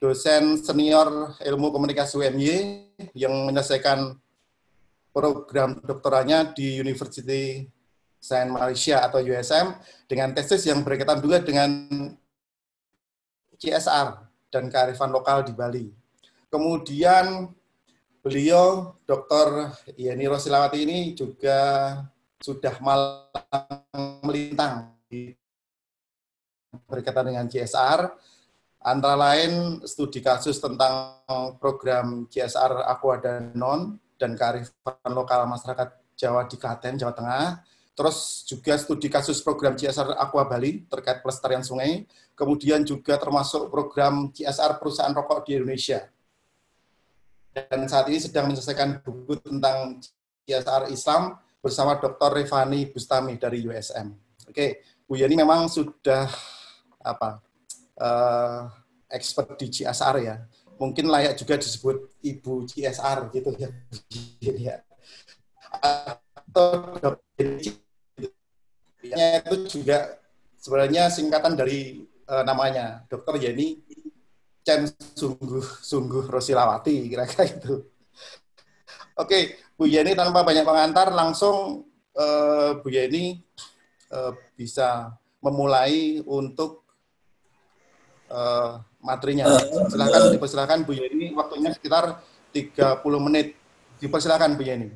dosen senior ilmu komunikasi UMY yang menyelesaikan program doktoranya di University Sains Malaysia atau USM dengan tesis yang berkaitan juga dengan CSR dan kearifan lokal di Bali. Kemudian beliau, Dr. Yeni Rosilawati ini juga sudah malang melintang berkaitan dengan CSR, antara lain studi kasus tentang program CSR Aqua Danon dan kearifan lokal masyarakat Jawa di Klaten, Jawa Tengah. Terus juga studi kasus program CSR Aqua Bali terkait pelestarian sungai. Kemudian juga termasuk program CSR perusahaan rokok di Indonesia. Dan saat ini sedang menyelesaikan buku tentang CSR Islam bersama Dr. Rifani Bustami dari USM. Oke, Bu Yeni memang sudah expert di CSR ya. Mungkin layak juga disebut Ibu CSR gitu ya. Atau itu juga sebenarnya singkatan dari namanya Dr. Yeni Chen Sungguh Rosilawati, kira-kira itu. Oke, Bu Yeni tanpa banyak pengantar langsung Bu Yeni bisa memulai untuk materinya. Dipersilakan Bu Yeni, waktunya sekitar 30 menit. Dipersilakan Bu Yeni.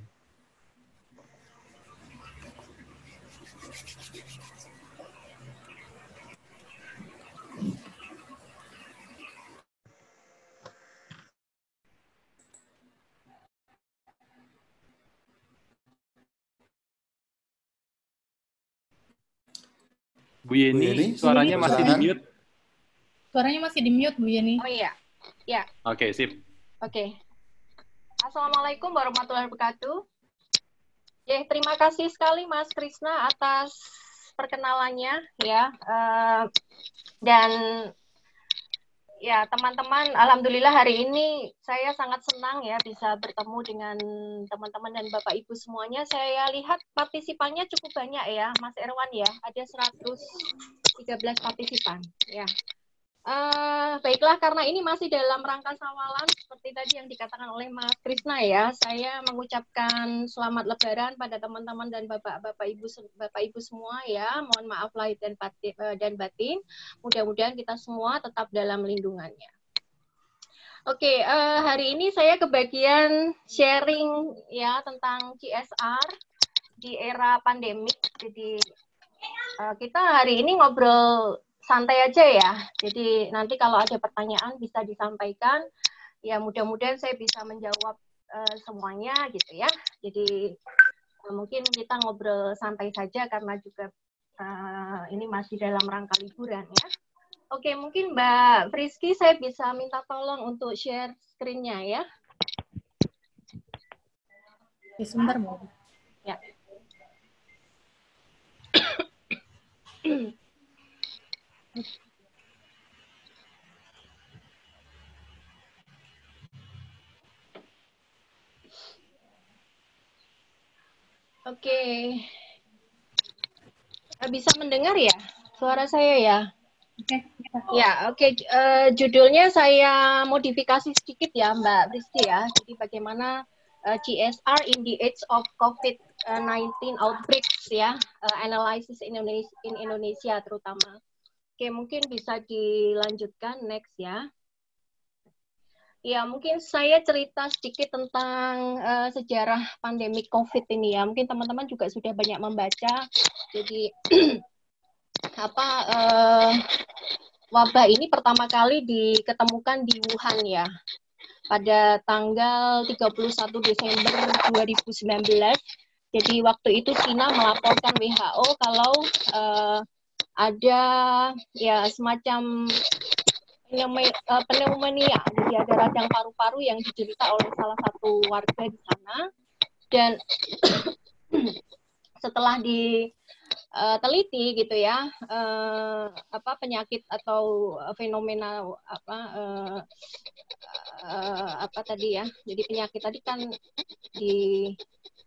Bu Yeni, suaranya masih di mute. Suaranya masih di mute, Bu Yeni. Oh iya. Ya. Oke, sip. Oke. Assalamualaikum warahmatullahi wabarakatuh. Ya, terima kasih sekali Mas Krisna atas perkenalannya ya. Dan ya, teman-teman, alhamdulillah hari ini saya sangat senang ya bisa bertemu dengan teman-teman dan Bapak Ibu semuanya. Saya lihat partisipannya cukup banyak ya, Mas Erwan ya. Ada 113 partisipan ya. Baiklah, karena ini masih dalam rangka sawalan seperti tadi yang dikatakan oleh Mas Krisna ya, saya mengucapkan selamat Lebaran pada teman-teman dan Bapak Ibu semua ya. Mohon maaf lahir dan batin. Mudah-mudahan kita semua tetap dalam lindungannya. Oke, hari ini saya kebagian sharing ya tentang CSR di era pandemik. Jadi kita hari ini ngobrol santai aja ya. Jadi nanti kalau ada pertanyaan bisa disampaikan. Ya mudah-mudahan saya bisa menjawab semuanya gitu ya. Jadi mungkin kita ngobrol santai saja karena juga ini masih dalam rangka liburan ya. Oke, mungkin Mbak Friski saya bisa minta tolong untuk share screen-nya ya. Sebentar, Bu. Ya. Oke. Bisa mendengar ya suara saya ya? Oke. Ya, oke. Judulnya saya modifikasi sedikit ya, Mbak Rizky ya. Jadi bagaimana CSR in the age of COVID-19 outbreaks ya, analysis in Indonesia terutama. Oke, mungkin bisa dilanjutkan next ya. Ya, mungkin saya cerita sedikit tentang sejarah pandemi COVID ini ya. Mungkin teman-teman juga sudah banyak membaca. Jadi wabah ini pertama kali diketemukan di Wuhan ya. Pada tanggal 31 Desember 2019. Jadi waktu itu Cina melaporkan WHO kalau ada ya semacam pneumonia, jadi ada radang paru-paru yang diderita oleh salah satu warga di sana. Dan setelah diteliti gitu ya, penyakit atau fenomena tadi ya. Jadi penyakit tadi kan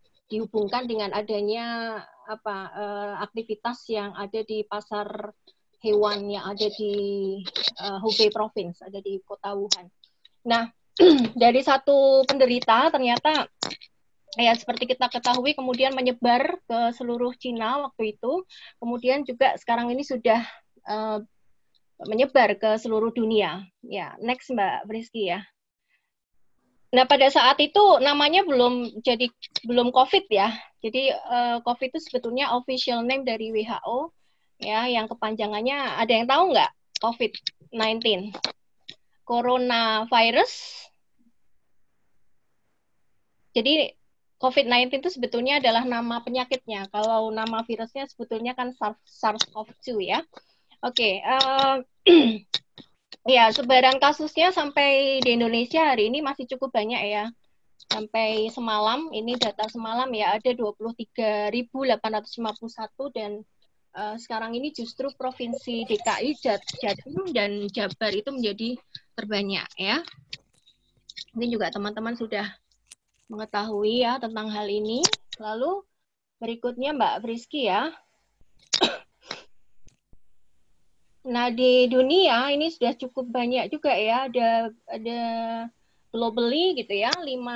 dihubungkan dengan adanya aktivitas yang ada di pasar hewan yang ada di Hubei Province, ada di kota Wuhan. Nah, dari satu penderita ternyata ya seperti kita ketahui kemudian menyebar ke seluruh Cina waktu itu, kemudian juga sekarang ini sudah menyebar ke seluruh dunia. Ya, next Mbak Friski ya. Nah, pada saat itu namanya belum COVID ya. Jadi COVID itu sebetulnya official name dari WHO ya, yang kepanjangannya ada yang tahu nggak? COVID-19. Coronavirus. Jadi COVID-19 itu sebetulnya adalah nama penyakitnya. Kalau nama virusnya sebetulnya kan SARS-CoV-2 ya. Oke, ya, sebaran kasusnya sampai di Indonesia hari ini masih cukup banyak ya. Sampai semalam, ini data semalam ya, ada 23.851 dan sekarang ini justru Provinsi DKI, Jatim, dan Jabar itu menjadi terbanyak ya. Ini juga teman-teman sudah mengetahui ya tentang hal ini. Lalu berikutnya Mbak Friski ya. Nah, di dunia ini sudah cukup banyak juga ya, ada globally gitu ya,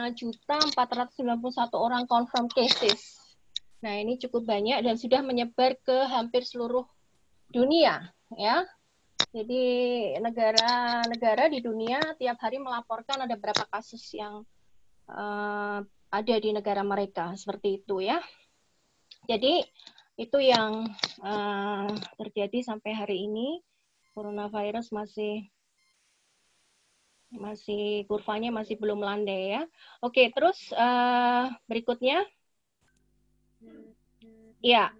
5.491 orang confirmed cases. Nah, ini cukup banyak dan sudah menyebar ke hampir seluruh dunia ya. Jadi negara-negara di dunia tiap hari melaporkan ada berapa kasus yang ada di negara mereka, seperti itu ya. Jadi itu yang terjadi sampai hari ini. Coronavirus masih kurvanya masih belum landai ya. Oke, terus berikutnya. Ya.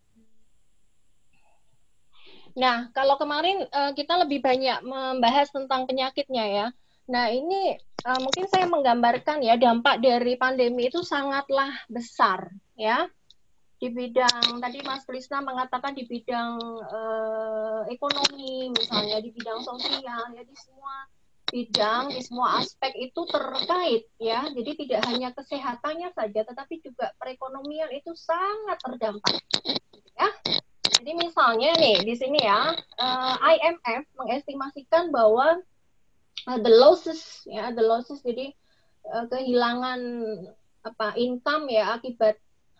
Nah, kalau kemarin kita lebih banyak membahas tentang penyakitnya ya. Nah, ini mungkin saya menggambarkan ya dampak dari pandemi itu sangatlah besar ya. Di bidang, tadi Mas Krisna mengatakan di bidang ekonomi misalnya, di bidang sosial, ya di semua bidang, di semua aspek itu terkait ya. Jadi tidak hanya kesehatannya saja, tetapi juga perekonomian itu sangat terdampak ya. Jadi misalnya nih di sini ya, IMF mengestimasikan bahwa the losses jadi kehilangan income ya akibat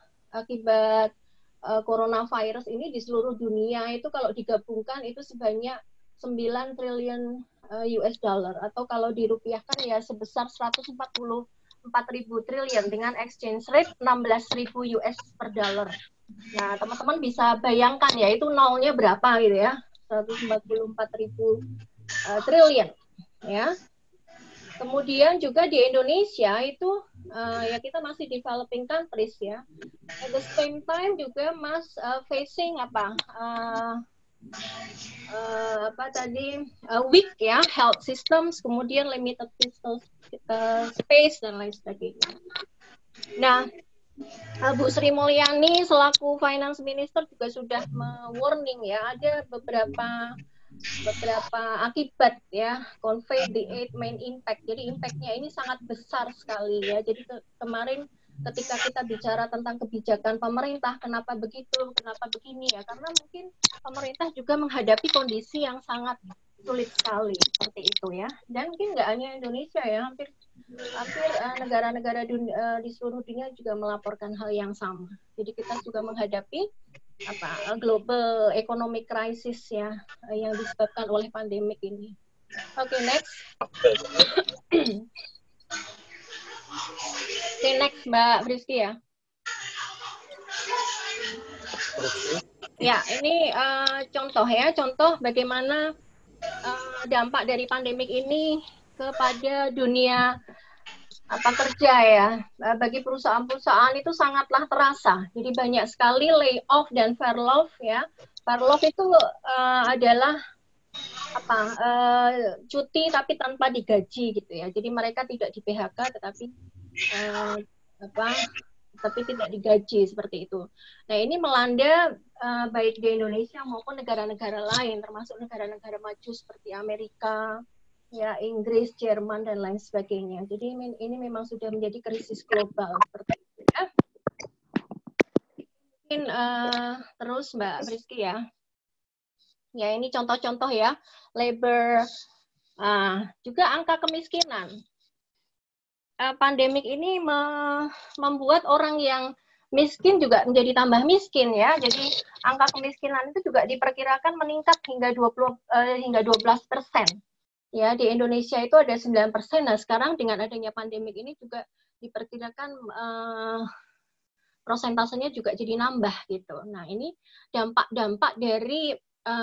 coronavirus ini di seluruh dunia itu kalau digabungkan itu sebanyak 9 triliun US dollar atau kalau dirupiahkan ya sebesar 144.000 triliun dengan exchange rate 16.000 US per dollar. Nah, teman-teman bisa bayangkan ya itu nolnya berapa gitu ya. 144.000 triliun ya. Kemudian juga di Indonesia itu ya kita masih developing countries ya. At the same time juga facing weak ya health systems, kemudian limited fiscal space dan lain sebagainya. Nah, Bu Sri Mulyani selaku Finance Minister juga sudah warning ya ada beberapa akibat ya convey the 8 main impact. Jadi impactnya ini sangat besar sekali ya. Jadi kemarin ketika kita bicara tentang kebijakan pemerintah, kenapa begitu, kenapa begini ya, karena mungkin pemerintah juga menghadapi kondisi yang sangat sulit sekali seperti itu ya. Dan mungkin nggak hanya Indonesia ya, hampir negara-negara di seluruh dunia juga melaporkan hal yang sama. Jadi kita juga menghadapi global economic crisis ya yang disebabkan oleh pandemik ini. Oke, next. Oke, next Mbak Friski ya. Ya, ini contoh bagaimana dampak dari pandemik ini kepada dunia kerja ya. Bagi perusahaan-perusahaan itu sangatlah terasa. Jadi banyak sekali layoff dan furlough ya. Furlough itu adalah cuti tapi tanpa digaji gitu ya. Jadi mereka tidak di PHK tetapi tapi tidak digaji seperti itu. Nah, ini melanda baik di Indonesia maupun negara-negara lain termasuk negara-negara maju seperti Amerika, ya Inggris, Jerman dan lain sebagainya. Jadi ini memang sudah menjadi krisis global seperti itu ya. Mungkin terus Mbak Friski ya. Ya, ini contoh-contoh ya, labor, juga angka kemiskinan. Pandemik ini membuat orang yang miskin juga menjadi tambah miskin ya. Jadi angka kemiskinan itu juga diperkirakan meningkat hingga 12%. Ya, di Indonesia itu ada 9%. Nah, sekarang dengan adanya pandemik ini juga diperkirakan prosentasenya juga jadi nambah gitu. Nah, ini dampak-dampak dari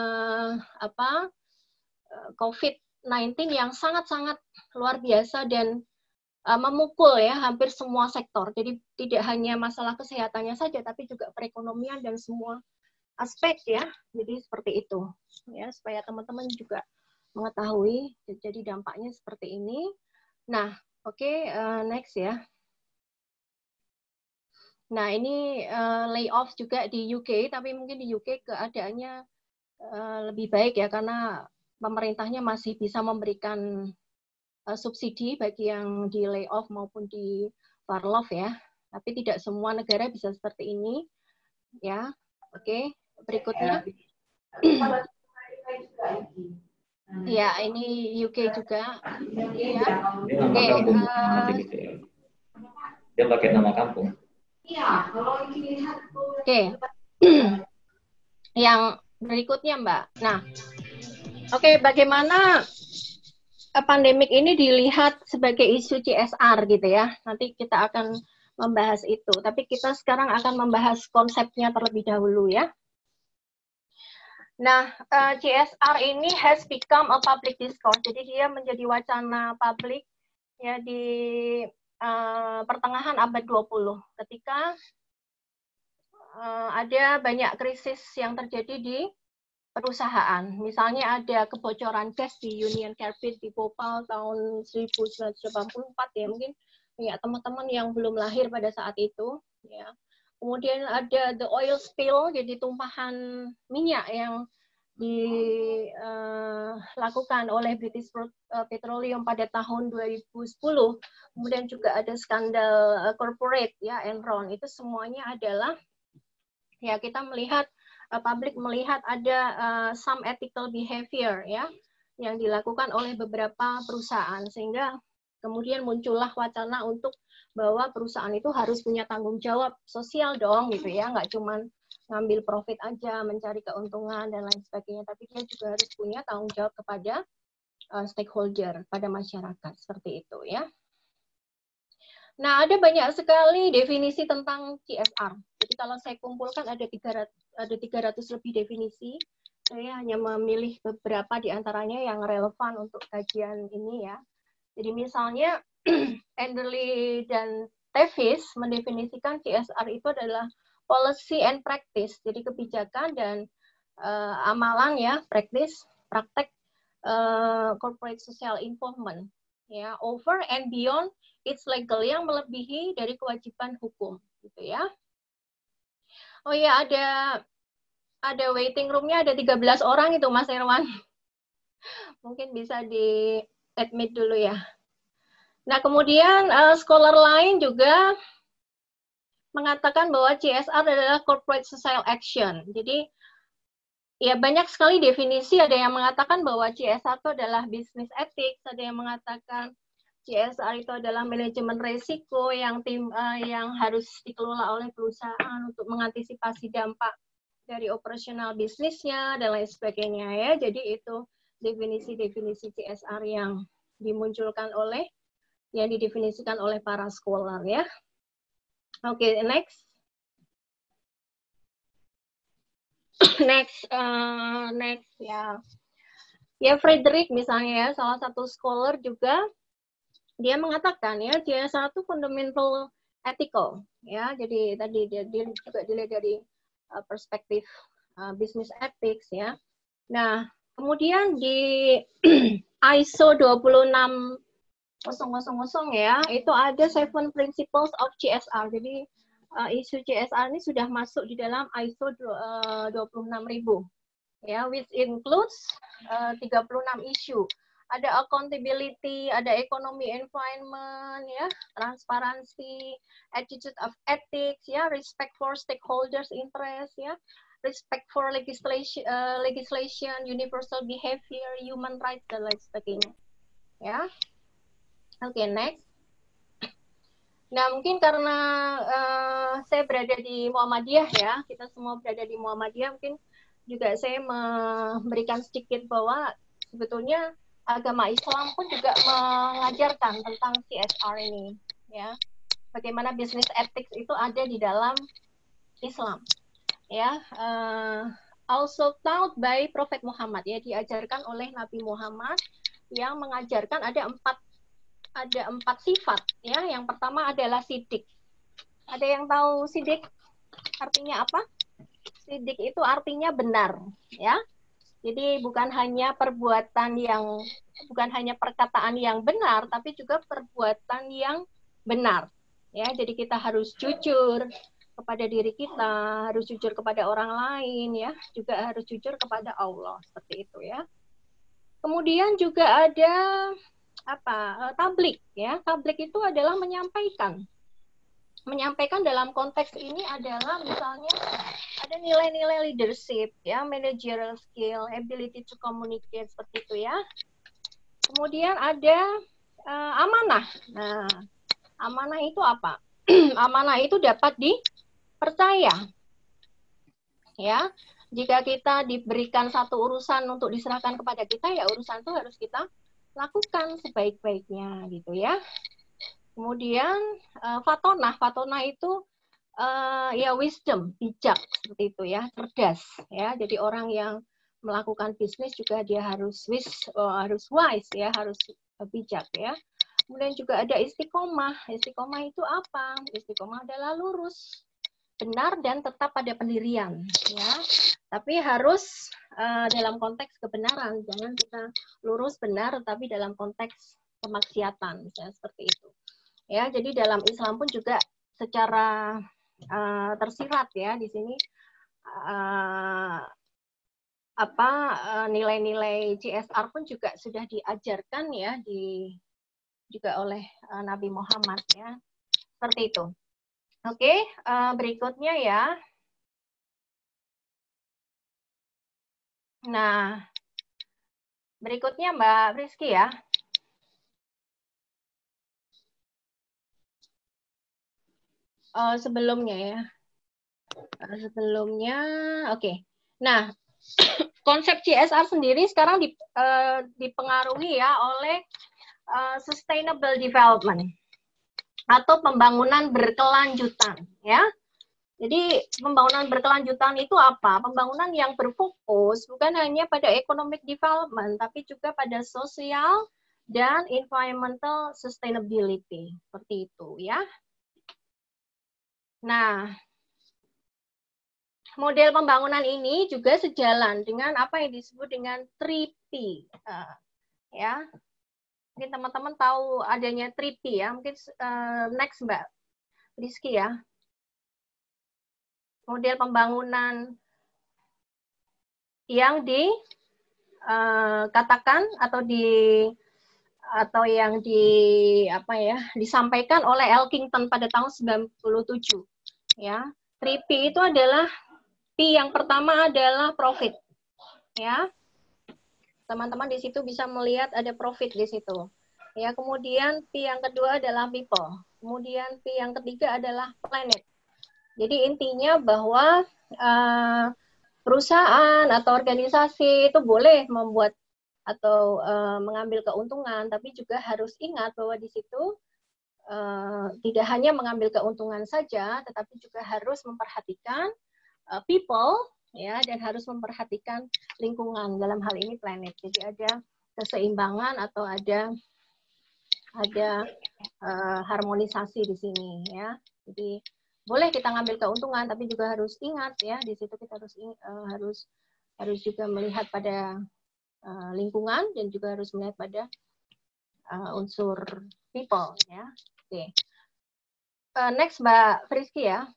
COVID-19 yang sangat-sangat luar biasa dan memukul ya hampir semua sektor. Jadi tidak hanya masalah kesehatannya saja, tapi juga perekonomian dan semua aspek ya. Jadi seperti itu ya, supaya teman-teman juga mengetahui. Jadi dampaknya seperti ini. Nah, oke, next ya. Nah, ini layoff juga di UK, tapi mungkin di UK keadaannya lebih baik ya, karena pemerintahnya masih bisa memberikan subsidi bagi yang di layoff maupun di furlough ya. Tapi tidak semua negara bisa seperti ini. Ya, oke. Berikutnya. Ya, ini UK juga. Ya. Oke. Dia pakai nama kampung. Iya, kalau dilihat. Oke. Yang berikutnya, Mbak. Nah, oke, bagaimana pandemik ini dilihat sebagai isu CSR gitu ya. Nanti kita akan membahas itu. Tapi kita sekarang akan membahas konsepnya terlebih dahulu ya. Nah, CSR ini has become a public discourse. Jadi dia menjadi wacana publik ya di pertengahan abad 20 ketika ada banyak krisis yang terjadi di perusahaan. Misalnya ada kebocoran gas di Union Carbide di Bhopal tahun 1984 ya, mungkin ya teman-teman yang belum lahir pada saat itu ya. Kemudian ada the oil spill, jadi tumpahan minyak yang dilakukan oleh British Petroleum pada tahun 2010. Kemudian juga ada skandal corporate ya, Enron. Itu semuanya adalah ya kita melihat publik melihat ada some ethical behavior ya yang dilakukan oleh beberapa perusahaan, sehingga kemudian muncullah wacana untuk bahwa perusahaan itu harus punya tanggung jawab sosial dong gitu ya, nggak cuma ngambil profit aja, mencari keuntungan dan lain sebagainya, tapi dia juga harus punya tanggung jawab kepada stakeholder, pada masyarakat, seperti itu ya. Nah, ada banyak sekali definisi tentang CSR. Jadi kalau saya kumpulkan ada 300 lebih definisi. Saya hanya memilih beberapa di antaranya yang relevan untuk kajian ini ya. Jadi misalnya Enderley dan Tevis mendefinisikan CSR itu adalah policy and practice, jadi kebijakan dan amalan ya, praktek corporate social involvement ya, over and beyond its legal, yang melebihi dari kewajiban hukum gitu ya. Oh ya, ada waiting roomnya, ada 13 orang itu Mas Irwan. Mungkin bisa di admit dulu ya. Nah, kemudian scholar lain juga mengatakan bahwa CSR adalah corporate social action. Jadi ya banyak sekali definisi, ada yang mengatakan bahwa CSR itu adalah business ethics, ada yang mengatakan CSR itu adalah manajemen risiko yang harus dikelola oleh perusahaan untuk mengantisipasi dampak dari operasional bisnisnya dan lain sebagainya ya. Jadi itu definisi-definisi CSR yang didefinisikan oleh para scholar ya. Oke, next. Next ya. Ya, Frederick misalnya ya, salah satu scholar juga, dia mengatakan ya CSR itu fundamental ethical ya. Jadi tadi dia juga dilihat dari perspektif business ethics ya. Nah, kemudian di ISO 26000 ya, itu ada 7 principles of CSR. Jadi isu CSR ini sudah masuk di dalam ISO 26000 ya, which includes 36 isu. Ada accountability, ada economy environment ya, transparansi, attitude of ethics ya, respect for stakeholders interest ya, respect for legislation, universal behavior, human rights dan lain sebagainya. Ya, oke, next. Nah, mungkin karena saya berada di Muhammadiyah ya, kita semua berada di Muhammadiyah, mungkin juga saya memberikan sedikit bahwa sebetulnya agama Islam pun juga mengajarkan tentang CSR ini, ya. Bagaimana business ethics itu ada di dalam Islam, ya. Also taught by Prophet Muhammad, ya, diajarkan oleh Nabi Muhammad yang mengajarkan ada empat sifat, ya. Yang pertama adalah sidik. Ada yang tahu sidik artinya apa? Sidik itu artinya benar, ya. Jadi bukan hanya perkataan yang benar, tapi juga perbuatan yang benar. Ya, jadi kita harus jujur kepada diri kita, harus jujur kepada orang lain, ya, juga harus jujur kepada Allah, seperti itu, ya. Kemudian juga ada tablik, ya. Tablik itu adalah menyampaikan. Menyampaikan dalam konteks ini adalah misalnya ada nilai-nilai leadership, ya, managerial skill, ability to communicate, seperti itu, ya. Kemudian ada amanah. Nah, amanah itu apa? Amanah itu dapat dipercaya. Ya, jika kita diberikan satu urusan untuk diserahkan kepada kita, ya urusan itu harus kita lakukan sebaik-baiknya, gitu, ya. Kemudian fatonah itu ya wisdom, bijak, seperti itu, ya, cerdas, ya. Jadi orang yang melakukan bisnis juga dia harus wise, ya, harus bijak, ya. Kemudian juga ada istiqomah. Istiqomah itu apa? Istiqomah adalah lurus, benar dan tetap pada pendirian, ya. Tapi harus dalam konteks kebenaran, jangan kita lurus benar tapi dalam konteks kemaksiatan, misalnya seperti itu. Ya, jadi dalam Islam pun juga secara tersirat, ya, di sini nilai-nilai CSR pun juga sudah diajarkan, ya, juga oleh Nabi Muhammad, ya, seperti itu. Oke, berikutnya, ya. Nah, berikutnya Mbak Rizky, ya. Sebelumnya, ya. Oke. Nah, konsep CSR sendiri sekarang dipengaruhi, ya, oleh sustainable development atau pembangunan berkelanjutan, ya. Jadi pembangunan berkelanjutan itu apa? Pembangunan yang berfokus bukan hanya pada economic development, tapi juga pada social dan environmental sustainability, seperti itu, ya. Nah, model pembangunan ini juga sejalan dengan apa yang disebut dengan 3P, ya. Mungkin teman-teman tahu adanya 3P, ya. Mungkin next Mbak Rizky, ya. Model pembangunan yang dikatakan atau yang disampaikan oleh Elkington pada tahun 97, ya. 3P itu adalah P yang pertama adalah profit, ya. Teman-teman di situ bisa melihat ada profit di situ. Ya, kemudian P yang kedua adalah people. Kemudian P yang ketiga adalah planet. Jadi intinya bahwa perusahaan atau organisasi itu boleh membuat atau mengambil keuntungan, tapi juga harus ingat bahwa di situ tidak hanya mengambil keuntungan saja, tetapi juga harus memperhatikan people, ya, dan harus memperhatikan lingkungan, dalam hal ini planet. Jadi ada keseimbangan atau ada harmonisasi di sini, ya. Jadi boleh kita ngambil keuntungan, tapi juga harus ingat, ya, di situ kita harus juga melihat pada lingkungan dan juga harus melihat pada unsur people, ya. Oke. Next Mbak Frisky, ya.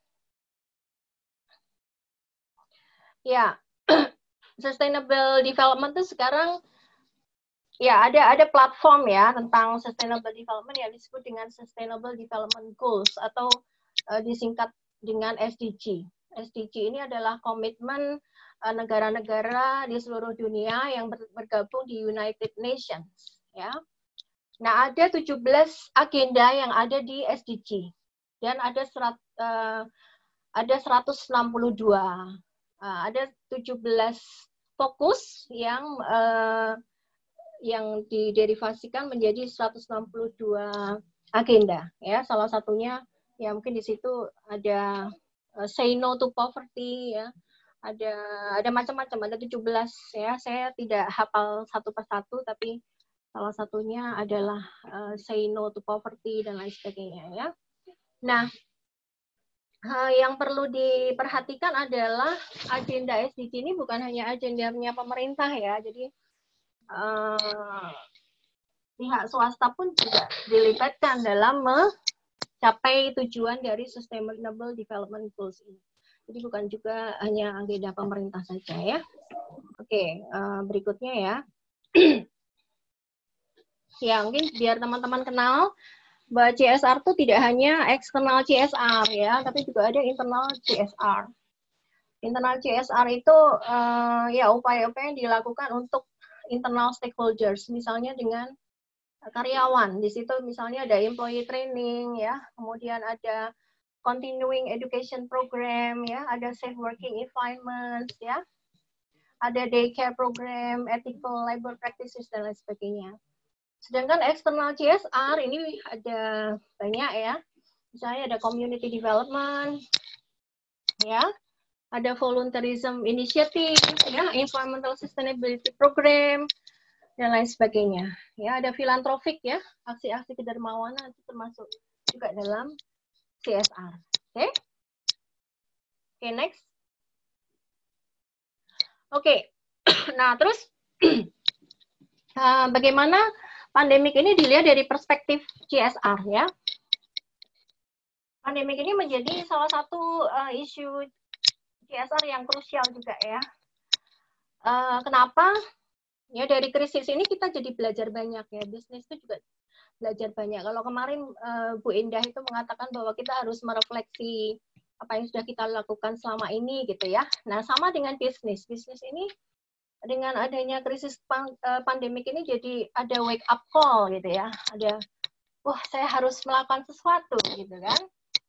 Ya, sustainable development itu sekarang, ya, ada platform, ya, tentang sustainable development yang disebut dengan Sustainable Development Goals atau disingkat dengan SDG, SDG ini adalah komitmen negara-negara di seluruh dunia yang bergabung di United Nations, ya. Nah, ada 17 agenda yang ada di SDG dan ada 162. Ada 17 fokus yang diderivasikan menjadi 162 agenda, ya. Salah satunya ya mungkin di situ ada say no to poverty, ya. Ada macam-macam, ada 17, ya. Saya tidak hafal satu persatu, tapi salah satunya adalah say no to poverty dan lain sebagainya, ya. Nah, yang perlu diperhatikan adalah agenda SDG ini bukan hanya agendanya pemerintah, ya. Jadi pihak swasta pun juga dilibatkan dalam mencapai tujuan dari Sustainable Development Goals ini. Jadi bukan juga hanya agenda pemerintah saja, ya. Oke, berikutnya, ya. Ya, mungkin biar teman-teman kenal bahwa CSR itu tidak hanya eksternal CSR, ya, tapi juga ada internal CSR. Internal CSR itu ya upaya-upaya yang dilakukan untuk internal stakeholders, misalnya dengan karyawan. Di situ misalnya ada employee training, ya, kemudian ada continuing education program, ya, ada safe working environment, ya, ada daycare program, ethical labor practices dan lain sebagainya. Sedangkan eksternal CSR ini ada banyak, ya. Misalnya ada community development, ya, ada volunteerism initiative, ya, environmental sustainability program dan lain sebagainya. Ya, ada filantropik, ya, aksi-aksi kedermawanan itu termasuk juga dalam CSR. Oke, next. Oke, nah terus bagaimana pandemik ini dilihat dari perspektif CSR, ya. Pandemik ini menjadi salah satu isu CSR yang krusial juga, ya. Kenapa? Ya, dari krisis ini kita jadi belajar banyak, ya. Bisnis itu juga belajar banyak. Kalau kemarin Bu Indah itu mengatakan bahwa kita harus merefleksi apa yang sudah kita lakukan selama ini, gitu, ya. Nah, sama dengan bisnis. Bisnis ini dengan adanya krisis pandemik ini jadi ada wake up call, gitu, ya. Ada, wah, saya harus melakukan sesuatu, gitu kan.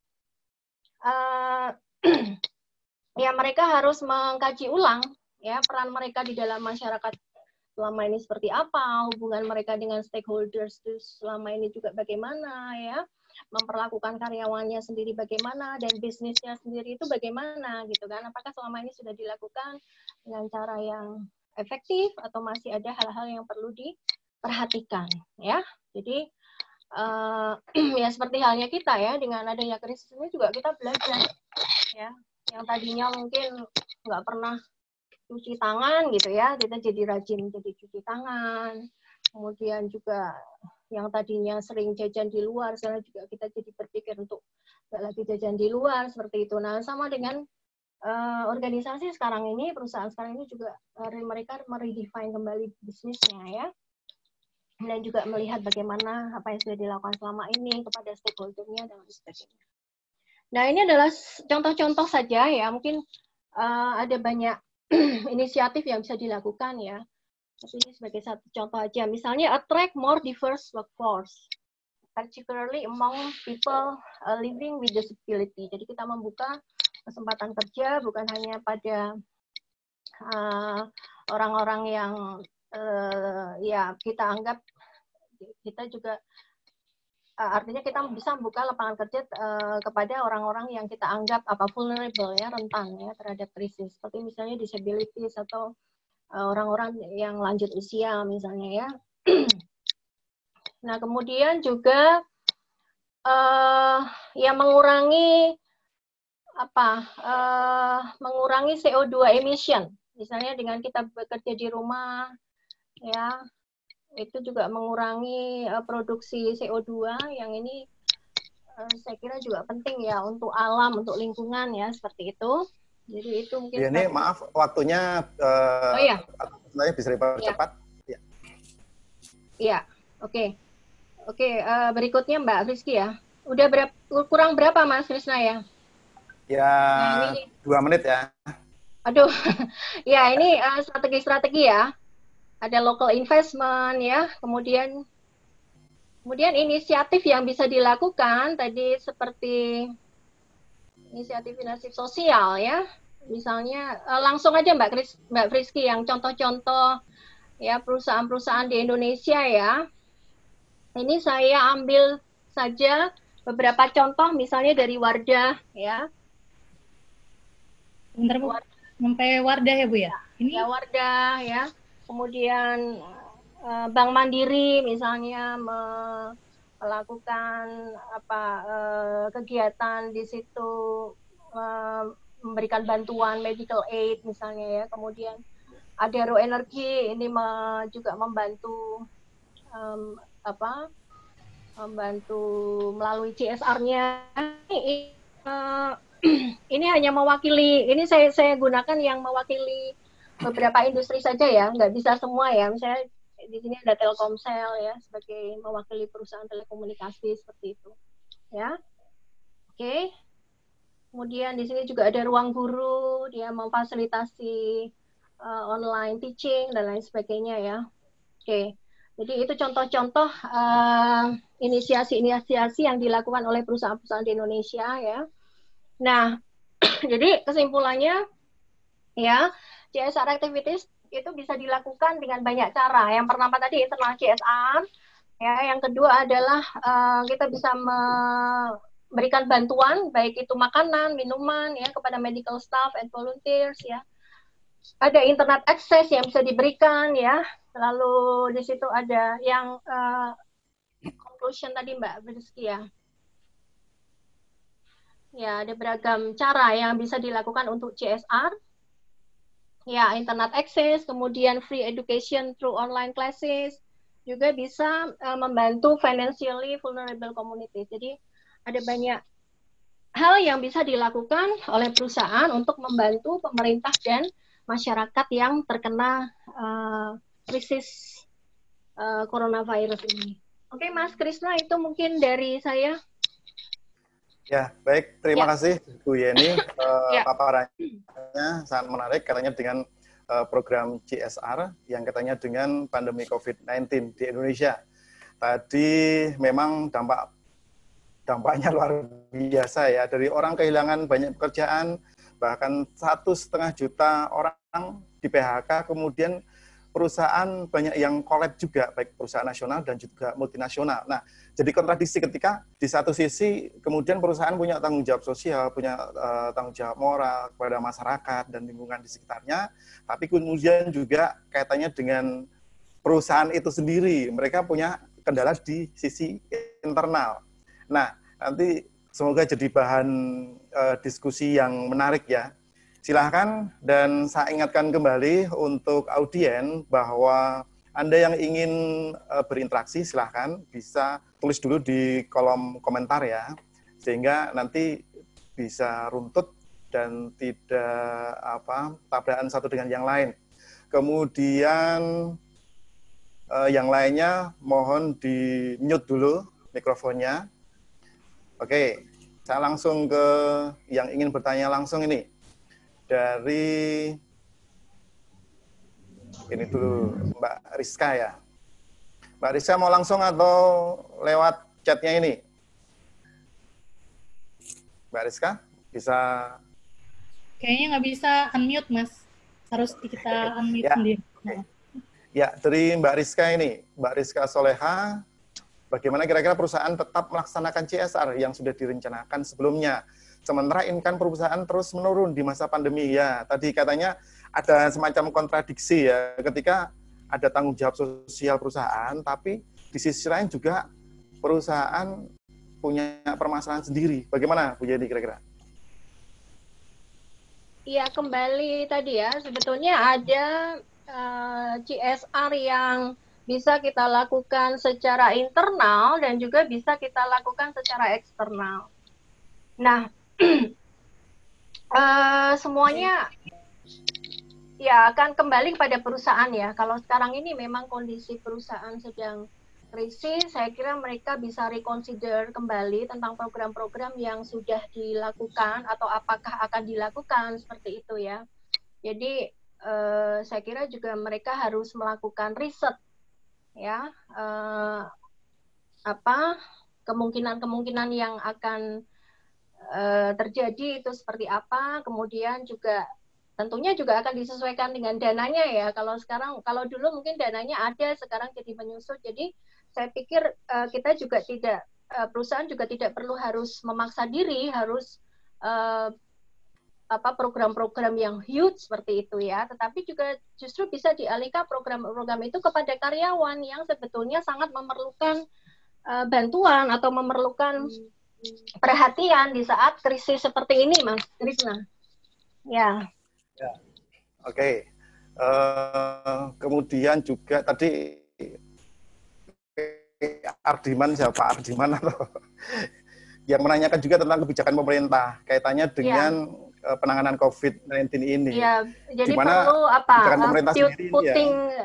Ya, mereka harus mengkaji ulang, ya, peran mereka di dalam masyarakat selama ini seperti apa, hubungan mereka dengan stakeholders itu selama ini juga bagaimana, ya, memperlakukan karyawannya sendiri bagaimana, dan bisnisnya sendiri itu bagaimana, gitu kan. Apakah selama ini sudah dilakukan dengan cara yang efektif atau masih ada hal-hal yang perlu diperhatikan, ya. Jadi ya seperti halnya kita, ya, dengan adanya krisis ini juga kita belajar, ya, yang tadinya mungkin nggak pernah cuci tangan, gitu, ya, kita jadi rajin jadi cuci tangan. Kemudian juga yang tadinya sering jajan di luar, sekarang juga kita jadi berpikir untuk nggak lagi jajan di luar, seperti itu. Nah, sama dengan organisasi sekarang ini, perusahaan sekarang ini juga mereka meredefine kembali bisnisnya, ya, dan juga melihat bagaimana apa yang sudah dilakukan selama ini kepada stakeholder-nya dan sebagainya. Nah, ini adalah contoh-contoh saja, ya, mungkin ada banyak inisiatif yang bisa dilakukan, ya. Tapi ini sebagai satu contoh aja. Misalnya attract more diverse workforce, particularly among people living with disability. Jadi kita membuka kesempatan kerja bukan hanya pada orang-orang yang ya kita anggap, kita juga artinya kita bisa membuka lapangan kerja kepada orang-orang yang kita anggap vulnerable, ya, rentan, ya, terhadap krisis, seperti misalnya disabilities atau orang-orang yang lanjut usia misalnya, ya. Nah, kemudian juga ya mengurangi mengurangi CO2 emission, misalnya dengan kita bekerja di rumah, ya, itu juga mengurangi produksi CO2 yang ini saya kira juga penting, ya, untuk alam, untuk lingkungan, ya, seperti itu. Jadi itu mungkin. Ya, ini maaf waktunya iya. Saya bisa dipercepat. Ya. Iya, oke. Oke, berikutnya Mbak Rizky, ya. Udah kurang berapa Mas Krisna, ya? Ya, Nah, ini 2 menit ya. aduh, ya ini strategi-strategi ya. Ada local investment ya, kemudian inisiatif yang bisa dilakukan tadi seperti inisiatif sosial ya. Misalnya langsung aja Mbak Friski yang contoh-contoh ya perusahaan-perusahaan di Indonesia ya. Ini saya ambil saja beberapa contoh misalnya dari Wardah ya. Bentar Bu, sampai Wardah ya Bu ya? Ini Ya Wardah ya. Kemudian Bank Mandiri misalnya melakukan kegiatan di situ memberikan bantuan medical aid misalnya ya. Kemudian Adaro Energi ini juga membantu membantu melalui CSR-nya. Ini hanya mewakili, ini saya gunakan yang mewakili beberapa industri saja ya, nggak bisa semua ya. Misalnya di sini ada Telkomsel ya sebagai mewakili perusahaan telekomunikasi seperti itu, ya. Oke. Kemudian di sini juga ada Ruang Guru, dia memfasilitasi online teaching dan lain sebagainya ya. Oke. Jadi itu contoh-contoh inisiasi-inisiasi yang dilakukan oleh perusahaan-perusahaan di Indonesia ya. Nah, jadi kesimpulannya ya, CSR activities itu bisa dilakukan dengan banyak cara. Yang pertama tadi internal CSR, ya. Yang kedua adalah kita bisa memberikan bantuan, baik itu makanan, minuman, ya, kepada medical staff and volunteers, ya. Ada internet access yang bisa diberikan, ya. Lalu di situ ada yang conclusion tadi Mbak Rizky ya. Ya, ada beragam cara yang bisa dilakukan untuk CSR. Ya, internet access, kemudian free education through online classes, juga bisa membantu financially vulnerable communities. Jadi ada banyak hal yang bisa dilakukan oleh perusahaan untuk membantu pemerintah dan masyarakat yang terkena krisis coronavirus ini. Oke, Mas Krisna, itu mungkin dari saya. Ya, baik. Terima kasih Bu Yeni. Paparannya sangat menarik, katanya dengan program CSR yang katanya dengan pandemi COVID-19 di Indonesia. Tadi memang dampaknya luar biasa ya. Dari orang kehilangan banyak pekerjaan, bahkan 1,5 juta orang di PHK, kemudian perusahaan banyak yang collapse juga, baik perusahaan nasional dan juga multinasional. Nah, jadi kontradiksi ketika di satu sisi kemudian perusahaan punya tanggung jawab sosial, punya tanggung jawab moral kepada masyarakat dan lingkungan di sekitarnya, tapi kemudian juga kaitannya dengan perusahaan itu sendiri, mereka punya kendala di sisi internal. Nah, nanti semoga jadi bahan diskusi yang menarik ya. Silahkan, dan saya ingatkan kembali untuk audien bahwa Anda yang ingin berinteraksi, silahkan bisa tulis dulu di kolom komentar ya, sehingga nanti bisa runtut dan tidak tabrakan satu dengan yang lain. Kemudian yang lainnya mohon di mute dulu mikrofonnya. Oke, saya langsung ke yang ingin bertanya langsung ini. Dari ini dulu Mbak Rizka ya. Mbak Rizka mau langsung atau lewat chatnya ini? Mbak Rizka bisa? kayaknya nggak bisa unmute Mas, harus kita unmute ya, sendiri. Okay. Ya, dari Mbak Rizka ini, Mbak Rizka Soleha, bagaimana kira-kira perusahaan tetap melaksanakan CSR yang sudah direncanakan sebelumnya? Sementara income perusahaan terus menurun di masa pandemi. Ya, tadi katanya ada semacam kontradiksi ya, ketika ada tanggung jawab sosial perusahaan, tapi di sisi lain juga perusahaan punya permasalahan sendiri. Bagaimana Bu Yeni kira-kira? Iya, kembali tadi ya, sebetulnya ada CSR yang bisa kita lakukan secara internal dan juga bisa kita lakukan secara eksternal. Nah, semuanya ya akan kembali kepada perusahaan ya. Kalau sekarang ini memang kondisi perusahaan sedang krisis, saya kira mereka bisa reconsider kembali tentang program-program yang sudah dilakukan atau apakah akan dilakukan seperti itu ya. Jadi saya kira juga mereka harus melakukan riset ya, kemungkinan-kemungkinan yang akan terjadi itu seperti apa, kemudian juga tentunya juga akan disesuaikan dengan dananya ya. Kalau dulu mungkin dananya ada, sekarang jadi menyusut. Jadi saya pikir kita juga tidak, perusahaan juga tidak perlu harus memaksa diri harus program-program yang huge seperti itu ya. Tetapi juga justru bisa dialihkan program-program itu kepada karyawan yang sebetulnya sangat memerlukan bantuan atau memerlukan perhatian di saat krisis seperti ini, Mas Krisna. Ya. Ya. Oke. Kemudian juga tadi Ardiman siapa? Ardiman atau yang menanyakan juga tentang kebijakan pemerintah kaitannya dengan penanganan COVID-19 ini. Ya, jadi dimana perlu putting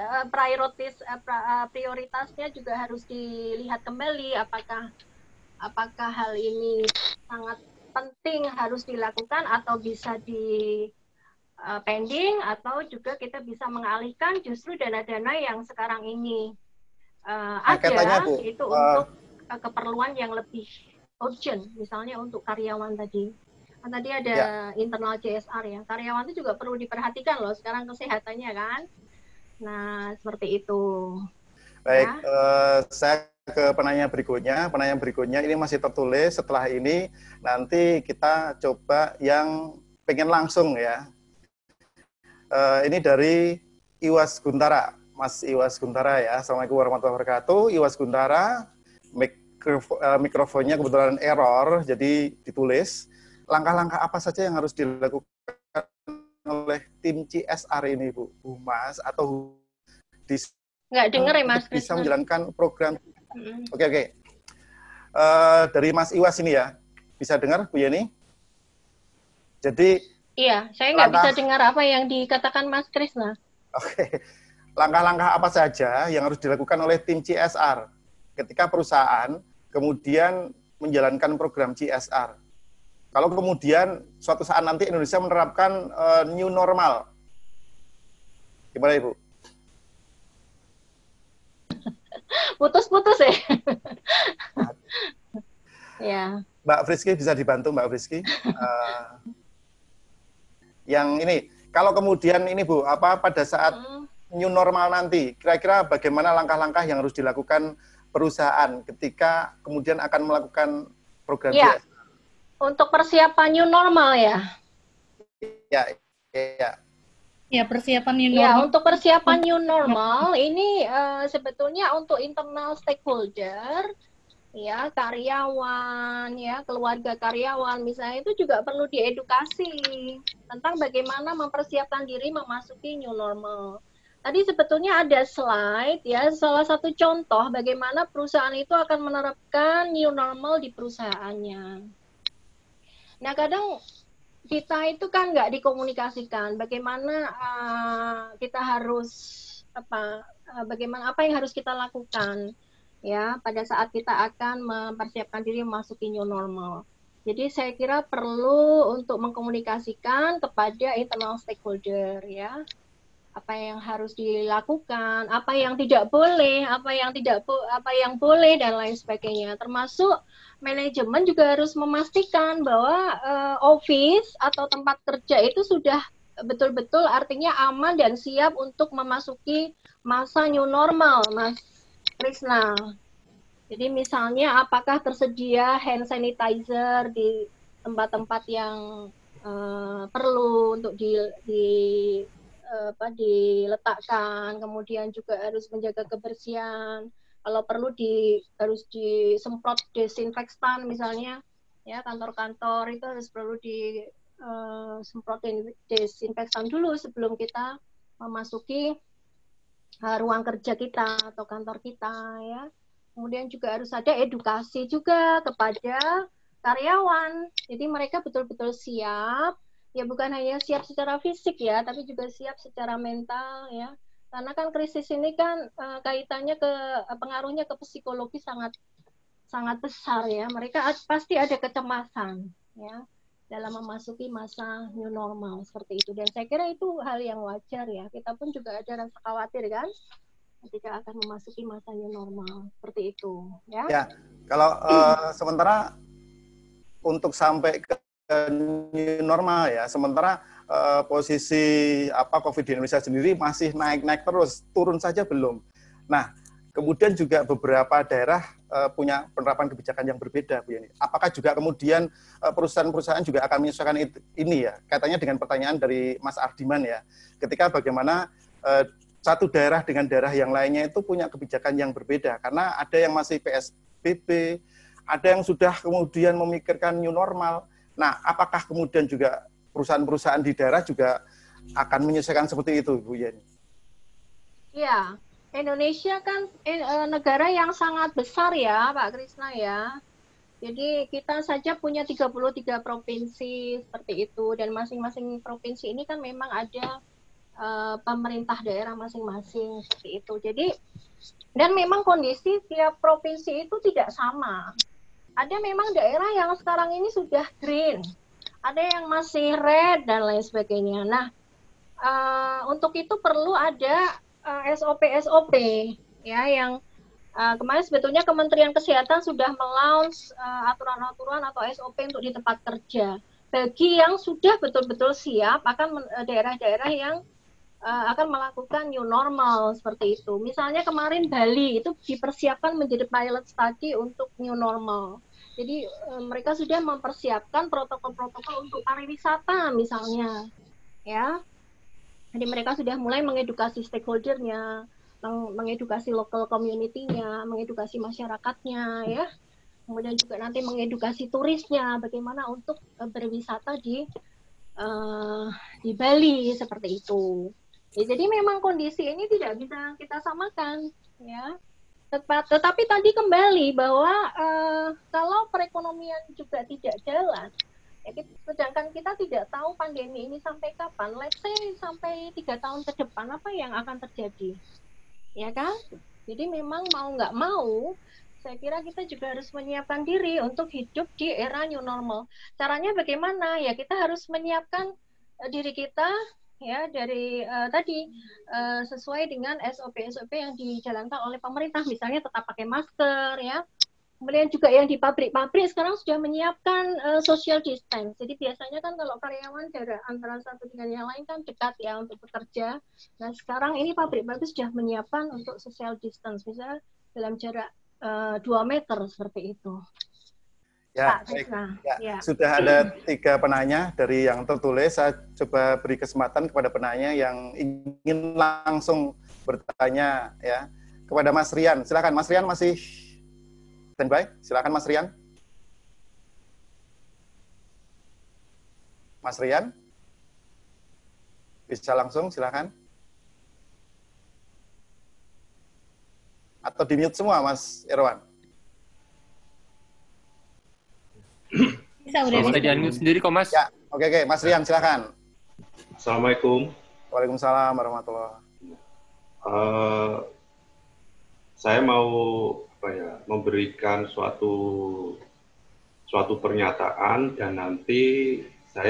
prioritasnya juga harus dilihat kembali apakah hal ini sangat penting harus dilakukan atau bisa di pending, atau juga kita bisa mengalihkan justru dana-dana yang sekarang ini ada itu untuk keperluan yang lebih urgent, misalnya untuk karyawan tadi. Tadi ada internal CSR ya, karyawan itu juga perlu diperhatikan loh sekarang kesehatannya kan. Nah seperti itu. Baik, saya ke penanya berikutnya. Penanya berikutnya ini masih tertulis. Setelah ini nanti kita coba yang pengen langsung ya. Ini dari Iwas Guntara, Mas Iwas Guntara ya. Assalamualaikum warahmatullahi wabarakatuh. Iwas Guntara, mikrofonnya kebetulan error, jadi ditulis. Langkah-langkah apa saja yang harus dilakukan oleh tim CSR ini, Bu Mas, atau nggak dengar ya Mas bisa menjalankan program. Oke. Dari Mas Iwas ini ya, bisa dengar Bu Yeni? Jadi iya, saya nggak bisa dengar apa yang dikatakan Mas Krisna. Oke. Langkah-langkah apa saja yang harus dilakukan oleh tim CSR ketika perusahaan kemudian menjalankan program CSR? Kalau kemudian suatu saat nanti Indonesia menerapkan new normal, gimana Ibu? Putus-putus ya. Ya. Mbak Friski bisa dibantu Mbak Friski? Yang ini, kalau kemudian ini Bu, pada saat new normal nanti, kira-kira bagaimana langkah-langkah yang harus dilakukan perusahaan ketika kemudian akan melakukan program CSR? Untuk persiapan new normal ya? Ya. Ya, persiapan new normal. Ya, untuk persiapan new normal ini sebetulnya untuk internal stakeholder, ya, karyawan, ya, keluarga karyawan misalnya itu juga perlu diedukasi tentang bagaimana mempersiapkan diri memasuki new normal. Tadi sebetulnya ada slide ya, salah satu contoh bagaimana perusahaan itu akan menerapkan new normal di perusahaannya. Nah, kadang kita itu kan nggak dikomunikasikan bagaimana kita harus bagaimana apa yang harus kita lakukan ya pada saat kita akan mempersiapkan diri memasuki new normal. Jadi saya kira perlu untuk mengkomunikasikan kepada internal stakeholder ya, apa yang harus dilakukan, apa yang tidak boleh, apa yang boleh dan lain sebagainya. Termasuk manajemen juga harus memastikan bahwa office atau tempat kerja itu sudah betul-betul artinya aman dan siap untuk memasuki masa new normal, Mas Krisna. Jadi misalnya apakah tersedia hand sanitizer di tempat-tempat yang perlu untuk diletakkan, kemudian juga harus menjaga kebersihan. Kalau perlu harus disemprot desinfektan misalnya, ya kantor-kantor itu harus perlu disemprot desinfektan dulu sebelum kita memasuki ruang kerja kita atau kantor kita ya. Kemudian juga harus ada edukasi juga kepada karyawan. Jadi mereka betul-betul siap. Ya bukan hanya siap secara fisik ya, tapi juga siap secara mental ya. Karena kan krisis ini kan kaitannya pengaruhnya ke psikologi sangat besar ya. Mereka pasti ada kecemasan ya dalam memasuki masa new normal seperti itu. Dan saya kira itu hal yang wajar ya. Kita pun juga ada rasa khawatir kan ketika akan memasuki masa new normal seperti itu ya. Ya, kalau sementara untuk sampai ke new normal ya, sementara posisi COVID di Indonesia sendiri masih naik-naik terus, turun saja belum. Nah, kemudian juga beberapa daerah punya penerapan kebijakan yang berbeda, Bu Yeni. Apakah juga kemudian perusahaan-perusahaan juga akan menyesuaikan ini ya? Katanya dengan pertanyaan dari Mas Ardiman ya, ketika bagaimana satu daerah dengan daerah yang lainnya itu punya kebijakan yang berbeda, karena ada yang masih PSBB, ada yang sudah kemudian memikirkan new normal. Nah, apakah kemudian juga perusahaan-perusahaan di daerah juga akan menyesuaikan seperti itu, Bu Yeni? Iya, Indonesia kan negara yang sangat besar ya, Pak Krisna ya. Jadi kita saja punya 33 provinsi seperti itu, dan masing-masing provinsi ini kan memang ada pemerintah daerah masing-masing seperti itu. Jadi, dan memang kondisi tiap provinsi itu tidak sama. Ada memang daerah yang sekarang ini sudah green, ada yang masih red dan lain sebagainya. Nah, untuk itu perlu ada SOP ya yang kemarin sebetulnya Kementerian Kesehatan sudah melaunch aturan-aturan atau SOP untuk di tempat kerja bagi yang sudah betul-betul siap akan daerah-daerah yang akan melakukan new normal seperti itu. Misalnya kemarin Bali itu dipersiapkan menjadi pilot study untuk new normal. Jadi mereka sudah mempersiapkan protokol-protokol untuk pariwisata misalnya, ya. Jadi mereka sudah mulai mengedukasi stakeholder-nya, mengedukasi local community-nya, mengedukasi masyarakatnya, ya. Kemudian juga nanti mengedukasi turisnya, bagaimana untuk berwisata di Bali seperti itu. Ya, jadi memang kondisi ini tidak bisa kita samakan, ya. Tetapi tadi kembali bahwa kalau perekonomian juga tidak jalan, ya, sedangkan kita tidak tahu pandemi ini sampai kapan, let's say sampai 3 tahun ke depan apa yang akan terjadi, ya kan? Jadi memang mau nggak mau, saya kira kita juga harus menyiapkan diri untuk hidup di era new normal. Caranya bagaimana? Ya kita harus menyiapkan diri kita ya dari tadi sesuai dengan SOP yang dijalankan oleh pemerintah, misalnya tetap pakai masker ya. Kemudian juga yang di pabrik-pabrik sekarang sudah menyiapkan social distance. Jadi biasanya kan kalau karyawan jarak antara satu dengan yang lain kan dekat ya untuk bekerja. Nah sekarang ini pabrik-pabrik sudah menyiapkan untuk social distance, misalnya dalam jarak 2 meter seperti itu. Ya, baik. Ya. Sudah ada 3 penanya dari yang tertulis. Saya coba beri kesempatan kepada penanya yang ingin langsung bertanya ya kepada Mas Rian. Silakan, Mas Rian masih standby. Silakan, Mas Rian. Mas Rian, bisa langsung, silakan. Atau di-mute semua, Mas Irwan. Bisa udah di-unmute sendiri kok, Mas. Ya, oke, Mas Rian silakan. Assalamualaikum. Waalaikumsalam warahmatullahi. Saya mau memberikan suatu pernyataan dan nanti saya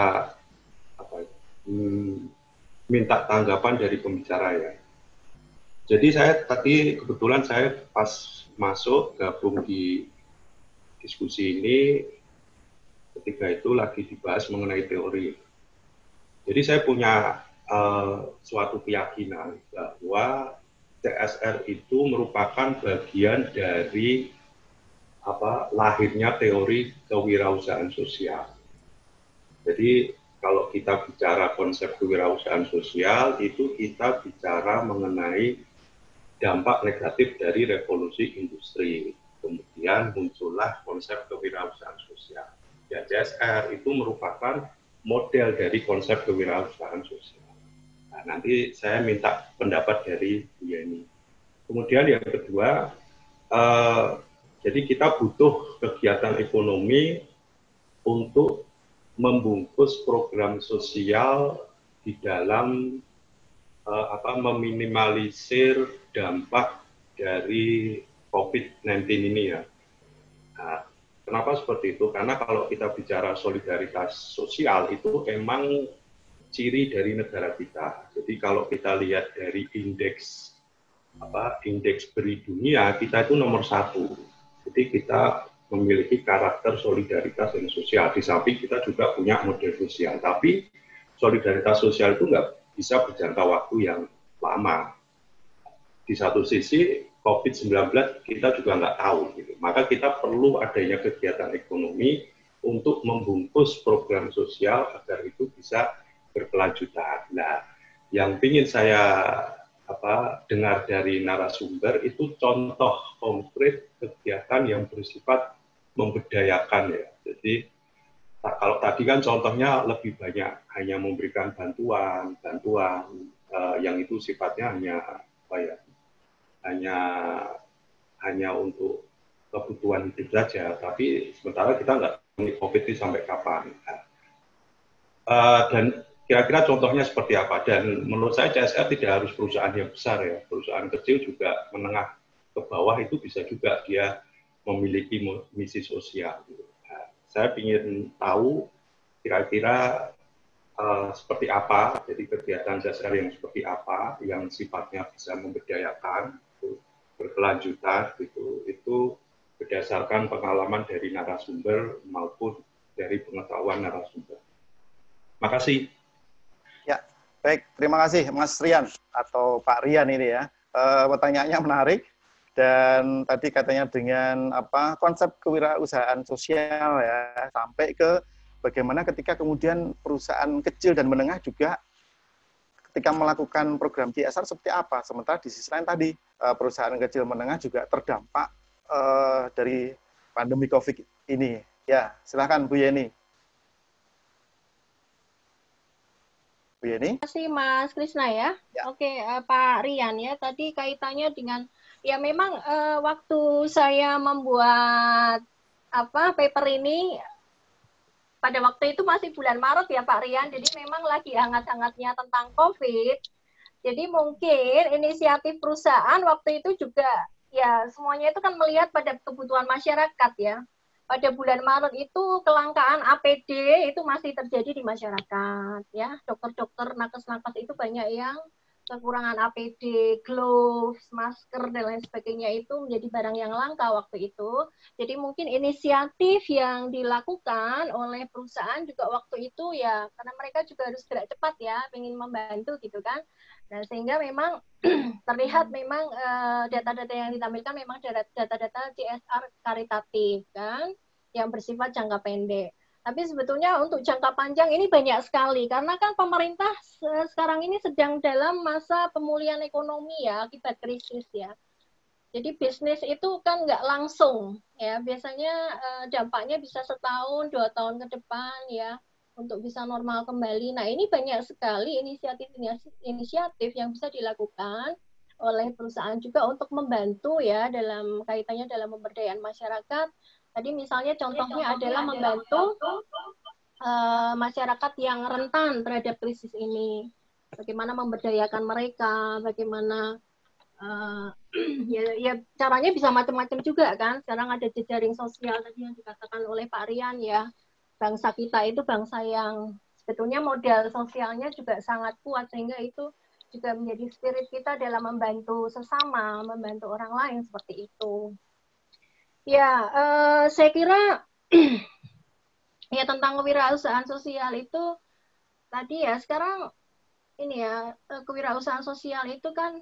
minta tanggapan dari pembicara ya. Jadi saya tadi kebetulan saya pas masuk gabung di diskusi ini, ketika itu lagi dibahas mengenai teori. Jadi saya punya suatu keyakinan bahwa CSR itu merupakan bagian dari lahirnya teori kewirausahaan sosial. Jadi kalau kita bicara konsep kewirausahaan sosial, itu kita bicara mengenai dampak negatif dari revolusi industri. Kemudian muncullah konsep kewirausahaan sosial. Ya, CSR itu merupakan model dari konsep kewirausahaan sosial. Nah, nanti saya minta pendapat dari Bu Yeni. Kemudian yang kedua, jadi kita butuh kegiatan ekonomi untuk membungkus program sosial di dalam meminimalisir dampak dari COVID-19 ini ya. Nah, kenapa seperti itu? Karena kalau kita bicara solidaritas sosial itu emang ciri dari negara kita. Jadi kalau kita lihat dari indeks BRI dunia, kita itu nomor 1. Jadi kita memiliki karakter solidaritas dan sosial. Di samping kita juga punya model sosial. Tapi solidaritas sosial itu nggak bisa berjangka waktu yang lama. Di satu sisi COVID-19 kita juga nggak tahu. Gitu. Maka kita perlu adanya kegiatan ekonomi untuk membungkus program sosial agar itu bisa berkelanjutan. Nah, yang ingin saya dengar dari narasumber itu contoh konkret kegiatan yang bersifat memberdayakan ya. Jadi kalau tadi kan contohnya lebih banyak hanya memberikan bantuan yang itu sifatnya hanya untuk kebutuhan hidup saja. Tapi sementara kita nggak tahu COVID ini sampai kapan. Dan kira-kira contohnya seperti apa? Dan menurut saya CSR tidak harus perusahaan yang besar ya. Perusahaan kecil juga menengah ke bawah itu bisa juga dia memiliki misi sosial. Nah, saya ingin tahu kira-kira seperti apa, jadi kegiatan CSR yang seperti apa, yang sifatnya bisa memberdayakan, berkelanjutan, itu berdasarkan pengalaman dari narasumber maupun dari pengetahuan narasumber. Makasih. Ya, baik. Terima kasih Mas Rian atau Pak Rian ini ya. Pertanyaannya menarik dan tadi katanya dengan konsep kewirausahaan sosial ya sampai ke bagaimana ketika kemudian perusahaan kecil dan menengah juga ketika melakukan program CSR seperti apa. Sementara di sisi lain tadi perusahaan kecil menengah juga terdampak dari pandemi COVID ini. Ya, silakan Bu Yeni. Terima kasih Mas Krisna ya. Oke, Pak Rian ya, tadi kaitannya dengan, ya memang waktu saya membuat paper ini, pada waktu itu masih bulan Maret ya Pak Rian, jadi memang lagi hangat-hangatnya tentang COVID, jadi mungkin inisiatif perusahaan waktu itu juga, ya semuanya itu kan melihat pada kebutuhan masyarakat ya. Pada bulan Maret itu kelangkaan APD itu masih terjadi di masyarakat ya. Dokter-dokter nakes-nakes itu banyak yang kekurangan APD, gloves, masker dan lain sebagainya itu menjadi barang yang langka waktu itu. Jadi mungkin inisiatif yang dilakukan oleh perusahaan juga waktu itu ya karena mereka juga harus gerak cepat ya, ingin membantu gitu kan. Nah, sehingga memang terlihat memang data-data yang ditampilkan memang data-data CSR karitatif kan, yang bersifat jangka pendek. Tapi sebetulnya untuk jangka panjang ini banyak sekali, karena kan pemerintah sekarang ini sedang dalam masa pemulihan ekonomi ya, akibat krisis ya. Jadi bisnis itu kan nggak langsung ya, biasanya dampaknya bisa setahun, 2 tahun ke depan ya, untuk bisa normal kembali. Nah, ini banyak sekali inisiatif yang bisa dilakukan oleh perusahaan juga untuk membantu ya dalam kaitannya dalam pemberdayaan masyarakat. Tadi misalnya contohnya adalah membantu masyarakat yang rentan terhadap krisis ini. Bagaimana memberdayakan mereka, bagaimana ya caranya bisa macam-macam juga kan. Sekarang ada jejaring sosial tadi yang dikatakan oleh Pak Rian ya. Bangsa kita itu bangsa yang sebetulnya modal sosialnya juga sangat kuat, sehingga itu juga menjadi spirit kita dalam membantu sesama, membantu orang lain seperti itu. Ya, saya kira ya tentang kewirausahaan sosial itu tadi ya, sekarang ini ya, kewirausahaan sosial itu kan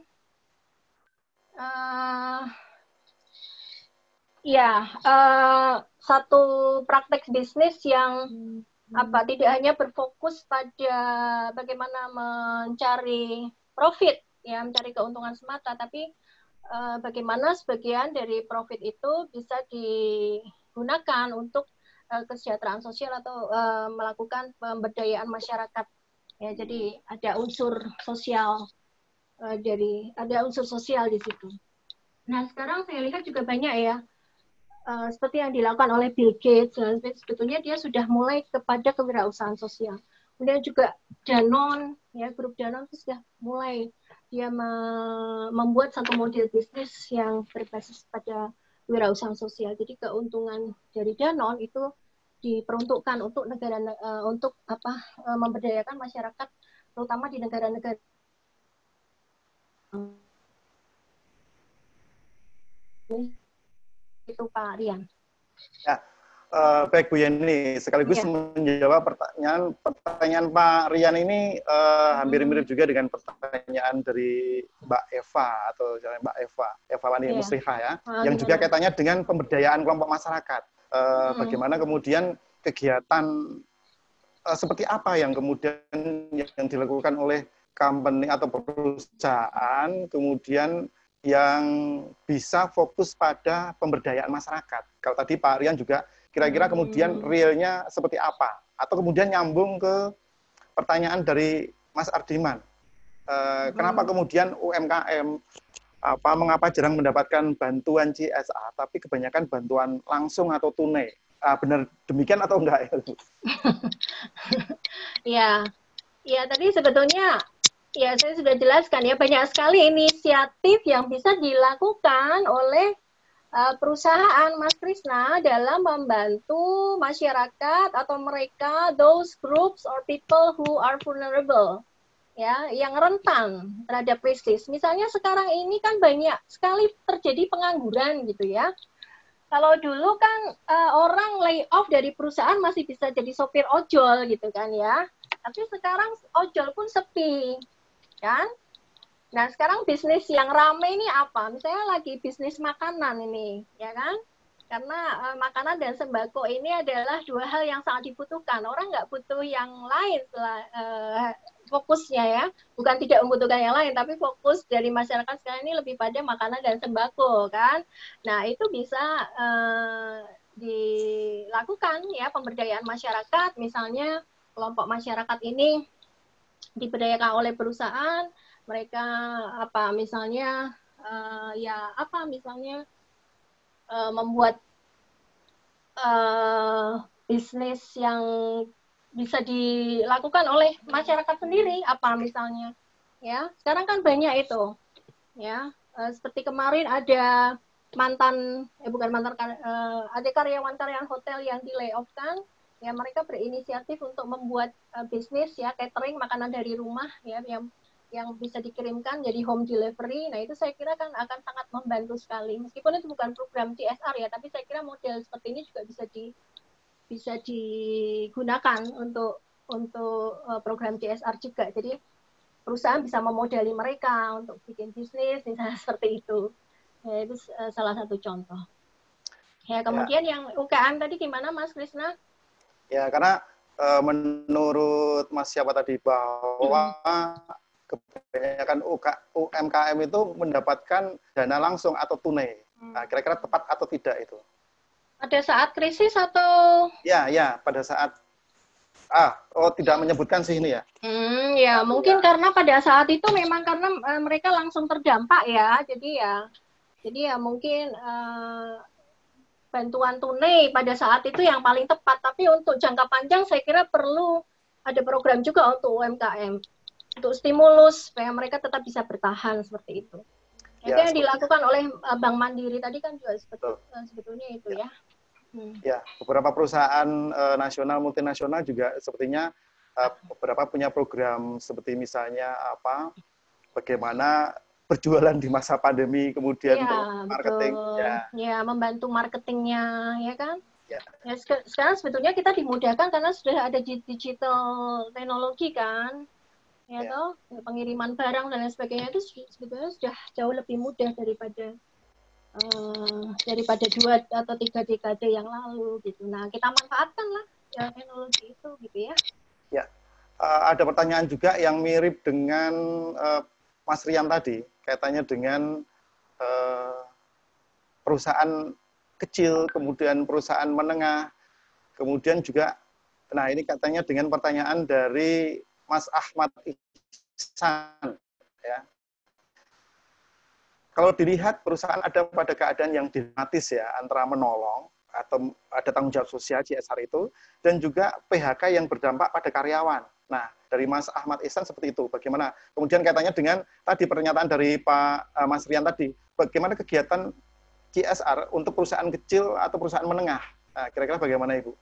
satu praktek bisnis yang tidak hanya berfokus pada bagaimana mencari profit ya, mencari keuntungan semata, tapi bagaimana sebagian dari profit itu bisa digunakan untuk kesejahteraan sosial atau melakukan pemberdayaan masyarakat ya. Jadi ada unsur sosial ada unsur sosial di situ. Nah, sekarang saya lihat juga banyak ya seperti yang dilakukan oleh Bill Gates, sebetulnya dia sudah mulai kepada kewirausahaan sosial. Kemudian juga Danone, ya grup Danone itu sudah mulai dia membuat satu model bisnis yang berbasis pada wirausaha sosial. Jadi keuntungan dari Danone itu diperuntukkan untuk negara untuk memberdayakan masyarakat, terutama di negara-negara itu, Pak Rian. Ya, baik Bu Yeni, sekaligus menjawab pertanyaan Pak Rian ini hampir mirip juga dengan pertanyaan dari Mbak Eva atau Mbak Eva Wani Musrifah ya, yang juga kaitannya dengan pemberdayaan kelompok masyarakat. Bagaimana kemudian kegiatan seperti apa yang kemudian yang dilakukan oleh company atau perusahaan kemudian yang bisa fokus pada pemberdayaan masyarakat. Kalau tadi Pak Rian juga kira-kira kemudian realnya seperti apa? Atau kemudian nyambung ke pertanyaan dari Mas Ardiman. Kenapa kemudian UMKM mengapa jarang mendapatkan bantuan CSR, tapi kebanyakan bantuan langsung atau tunai? Benar demikian atau enggak? Ya, tadi sebetulnya ya saya sudah jelaskan ya, banyak sekali inisiatif yang bisa dilakukan oleh perusahaan Mas Krisna dalam membantu masyarakat atau mereka, those groups or people who are vulnerable, ya, yang rentan terhadap krisis. Misalnya sekarang ini kan banyak sekali terjadi pengangguran gitu ya. Kalau dulu kan orang lay off dari perusahaan masih bisa jadi sopir ojol gitu kan ya. Tapi sekarang ojol pun sepi, kan? Nah, sekarang bisnis yang ramai ini apa? Misalnya lagi bisnis makanan ini, ya kan? Karena makanan dan sembako ini adalah dua hal yang sangat dibutuhkan. Orang nggak butuh yang lain fokusnya ya. Bukan tidak membutuhkan yang lain, tapi fokus dari masyarakat sekarang ini lebih pada makanan dan sembako, kan? Nah, itu bisa dilakukan ya, pemberdayaan masyarakat. Misalnya kelompok masyarakat ini diberdayakan oleh perusahaan, mereka misalnya membuat bisnis yang bisa dilakukan oleh masyarakat sendiri, misalnya ya. Sekarang kan banyak itu ya, seperti kemarin ada ada karyawan hotel yang di layoff kan ya, mereka berinisiatif untuk membuat bisnis ya, catering makanan dari rumah ya, yang bisa dikirimkan jadi home delivery. Nah, itu saya kira kan akan sangat membantu sekali. Meskipun itu bukan program CSR ya, tapi saya kira model seperti ini juga bisa digunakan untuk program CSR juga. Jadi perusahaan bisa memodali mereka untuk bikin bisnis misalnya seperti itu. Ya, itu salah satu contoh. Ya, kemudian yang UKM tadi gimana Mas Krisna? Ya, karena menurut Mas siapa tadi bahwa kebanyakan UMKM itu mendapatkan dana langsung atau tunai. Nah, kira-kira tepat atau tidak itu? Pada saat krisis atau? Ya, pada saat tidak menyebutkan sih ini ya. Ya, mungkin karena pada saat itu memang karena mereka langsung terdampak ya. Jadi ya mungkin bantuan tunai pada saat itu yang paling tepat. Tapi untuk jangka panjang saya kira perlu ada program juga untuk UMKM. Untuk stimulus supaya mereka tetap bisa bertahan seperti itu. Itu yang dilakukan oleh Bank Mandiri tadi kan juga sebetulnya itu ya. Ya, beberapa perusahaan nasional multinasional juga sepertinya beberapa punya program seperti misalnya bagaimana berjualan di masa pandemi, kemudian untuk marketing. Ya, membantu marketingnya, ya kan? Ya. Ya, sekarang sebetulnya kita dimudahkan karena sudah ada digital teknologi kan. Ya, toh pengiriman barang dan lain sebagainya itu sebetulnya sudah jauh lebih mudah daripada 2 atau 3 dekade yang lalu gitu. Nah, kita manfaatkan lah ya, teknologi itu gitu ya. Ya, ada pertanyaan juga yang mirip dengan Mas Rian tadi, kaitannya dengan perusahaan kecil, kemudian perusahaan menengah, kemudian juga, nah ini katanya dengan pertanyaan dari Mas Ahmad Ihsan, ya. Kalau dilihat perusahaan ada pada keadaan yang dilematis ya, antara menolong atau ada tanggung jawab sosial CSR itu, dan juga PHK yang berdampak pada karyawan. Nah, dari Mas Ahmad Ihsan seperti itu. Bagaimana? Kemudian kaitannya dengan tadi pernyataan dari Pak Mas Rian tadi, bagaimana kegiatan CSR untuk perusahaan kecil atau perusahaan menengah? Nah, kira-kira bagaimana Ibu?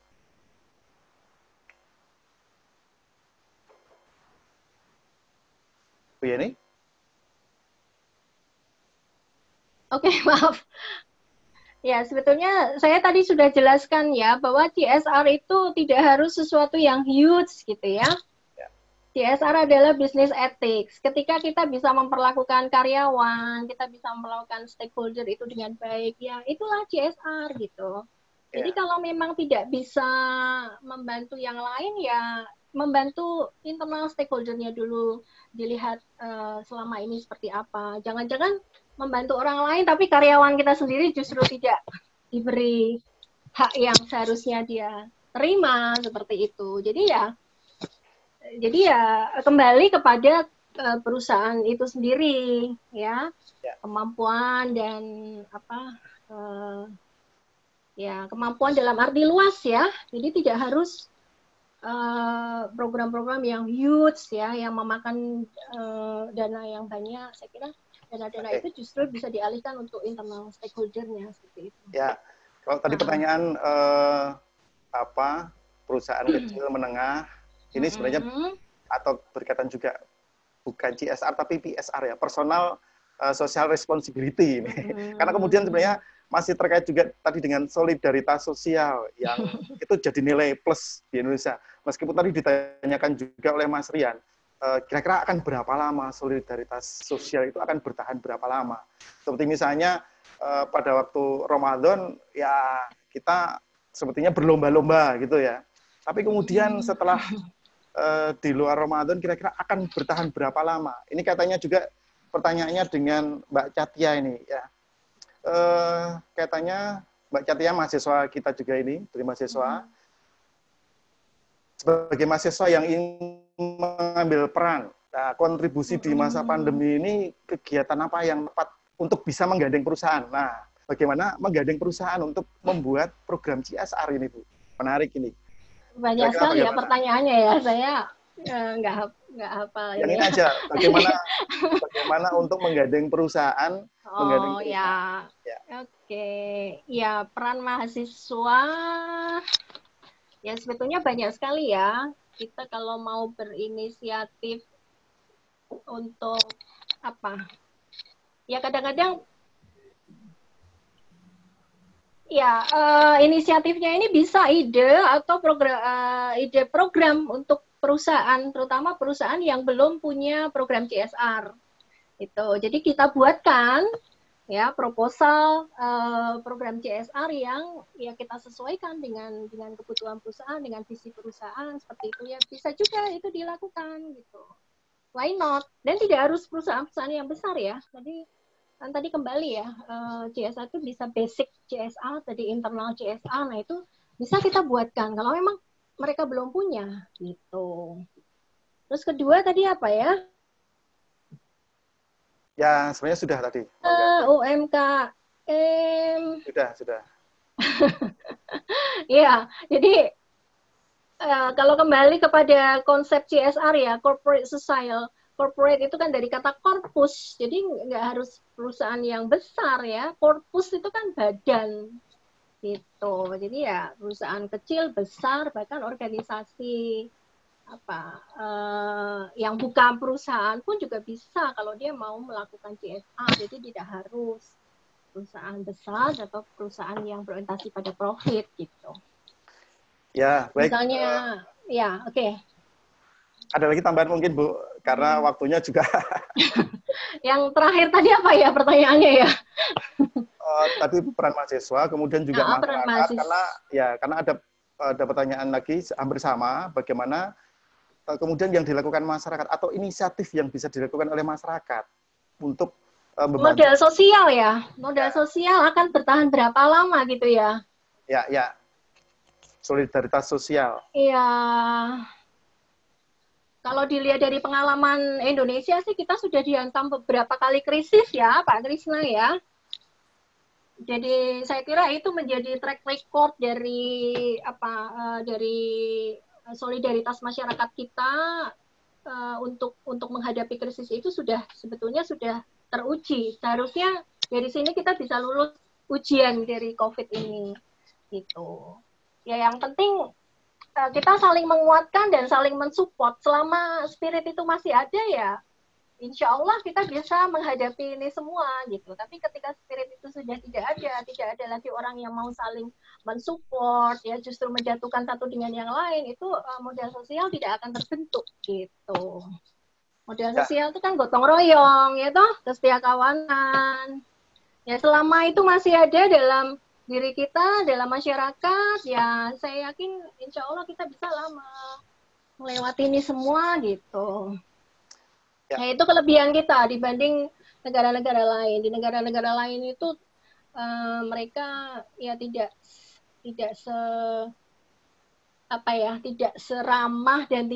Bu Yeni? Oke, maaf. Ya, sebetulnya saya tadi sudah jelaskan ya, bahwa CSR itu tidak harus sesuatu yang huge gitu ya. CSR adalah business ethics. Ketika kita bisa memperlakukan karyawan, kita bisa memperlakukan stakeholder itu dengan baik, ya itulah CSR gitu. Jadi kalau memang tidak bisa membantu yang lain, ya membantu internal stakeholder-nya dulu, dilihat selama ini seperti apa. Jangan-jangan membantu orang lain, tapi karyawan kita sendiri justru tidak diberi hak yang seharusnya dia terima, seperti itu. Jadi ya kembali kepada perusahaan itu sendiri, ya, kemampuan dan kemampuan dalam arti luas ya. Jadi tidak harus program-program yang huge ya, yang memakan dana yang banyak. Saya kira dana-dana itu justru bisa dialihkan untuk internal stakeholder-nya seperti itu. Ya, kalau tadi pertanyaan perusahaan kecil menengah ini sebenarnya atau berkaitan juga bukan CSR tapi PSR ya, personal social responsibility ini. Karena kemudian sebenarnya masih terkait juga tadi dengan solidaritas sosial yang itu jadi nilai plus di Indonesia. Meskipun tadi ditanyakan juga oleh Mas Rian, kira-kira akan berapa lama solidaritas sosial itu akan bertahan berapa lama? Seperti misalnya pada waktu Ramadan ya kita sepertinya berlomba-lomba gitu ya. Tapi kemudian setelah di luar Ramadan kira-kira akan bertahan berapa lama? Ini katanya juga pertanyaannya dengan Mbak Catia ini ya. Katanya Mbak Catia mahasiswa kita juga ini, dari mahasiswa. Sebagai mahasiswa yang ingin mengambil peran, nah, kontribusi di masa pandemi ini kegiatan apa yang tepat untuk bisa menggandeng perusahaan? Nah, bagaimana menggandeng perusahaan untuk membuat program CSR ini, Bu? Menarik ini. Banyak sekali ya pertanyaannya ya, saya nggak hafal. Yang ini aja, bagaimana untuk menggandeng perusahaan? Oke. Ya, peran mahasiswa ya sebetulnya banyak sekali ya. Kita kalau mau berinisiatif untuk ya kadang-kadang ya inisiatifnya ini bisa ide atau program untuk perusahaan, terutama perusahaan yang belum punya program CSR. Jadi kita buatkan ya proposal program CSR yang ya kita sesuaikan dengan kebutuhan perusahaan, dengan visi perusahaan seperti itu ya, bisa juga itu dilakukan gitu. Why not? Dan tidak harus perusahaan-perusahaan yang besar ya. Tadi kembali ya, CSR itu bisa basic CSR, tadi internal CSR, nah itu bisa kita buatkan kalau memang mereka belum punya gitu. Terus kedua tadi apa ya? Ya, sebenarnya sudah tadi. UMKM. Sudah. Ya, jadi kalau kembali kepada konsep CSR ya, corporate social. Corporate itu kan dari kata corpus, jadi nggak harus perusahaan yang besar ya. Corpus itu kan badan, gitu. Jadi ya perusahaan kecil, besar, bahkan organisasi yang bukan perusahaan pun juga bisa kalau dia mau melakukan CSR. Jadi tidak harus perusahaan besar atau perusahaan yang berorientasi pada profit gitu. Ya, baik. Misalnya, oke. Ada lagi tambahan mungkin, Bu, karena waktunya juga. Yang terakhir tadi apa ya pertanyaannya ya? Tadi peran mahasiswa, kemudian juga masyarakat, karena ada pertanyaan lagi hampir sama, bagaimana kemudian yang dilakukan masyarakat atau inisiatif yang bisa dilakukan oleh masyarakat untuk membantu. Modal sosial ya, modal sosial akan bertahan berapa lama gitu ya? Ya, solidaritas sosial. Iya. Kalau dilihat dari pengalaman Indonesia sih kita sudah dihantam beberapa kali krisis ya, Pak Krisna ya. Jadi saya kira itu menjadi track record dari solidaritas masyarakat kita untuk menghadapi krisis itu sebetulnya sudah teruji. Seharusnya dari sini kita bisa lulus ujian dari COVID ini, gitu. Ya yang penting kita saling menguatkan dan saling mensupport. Selama spirit itu masih ada ya, insya Allah kita bisa menghadapi ini semua gitu. Tapi ketika spirit itu sudah tidak ada lagi orang yang mau saling mensupport, ya justru menjatuhkan satu dengan yang lain, itu modal sosial tidak akan terbentuk gitu. Modal sosial itu kan gotong royong, ya toh, kesetia kawanan. Ya selama itu masih ada dalam diri kita, dalam masyarakat, ya saya yakin insya Allah kita bisa lama melewati ini semua gitu. Nah, itu kelebihan kita dibanding negara-negara lain. Di negara-negara lain itu mereka ya tidak seramah dan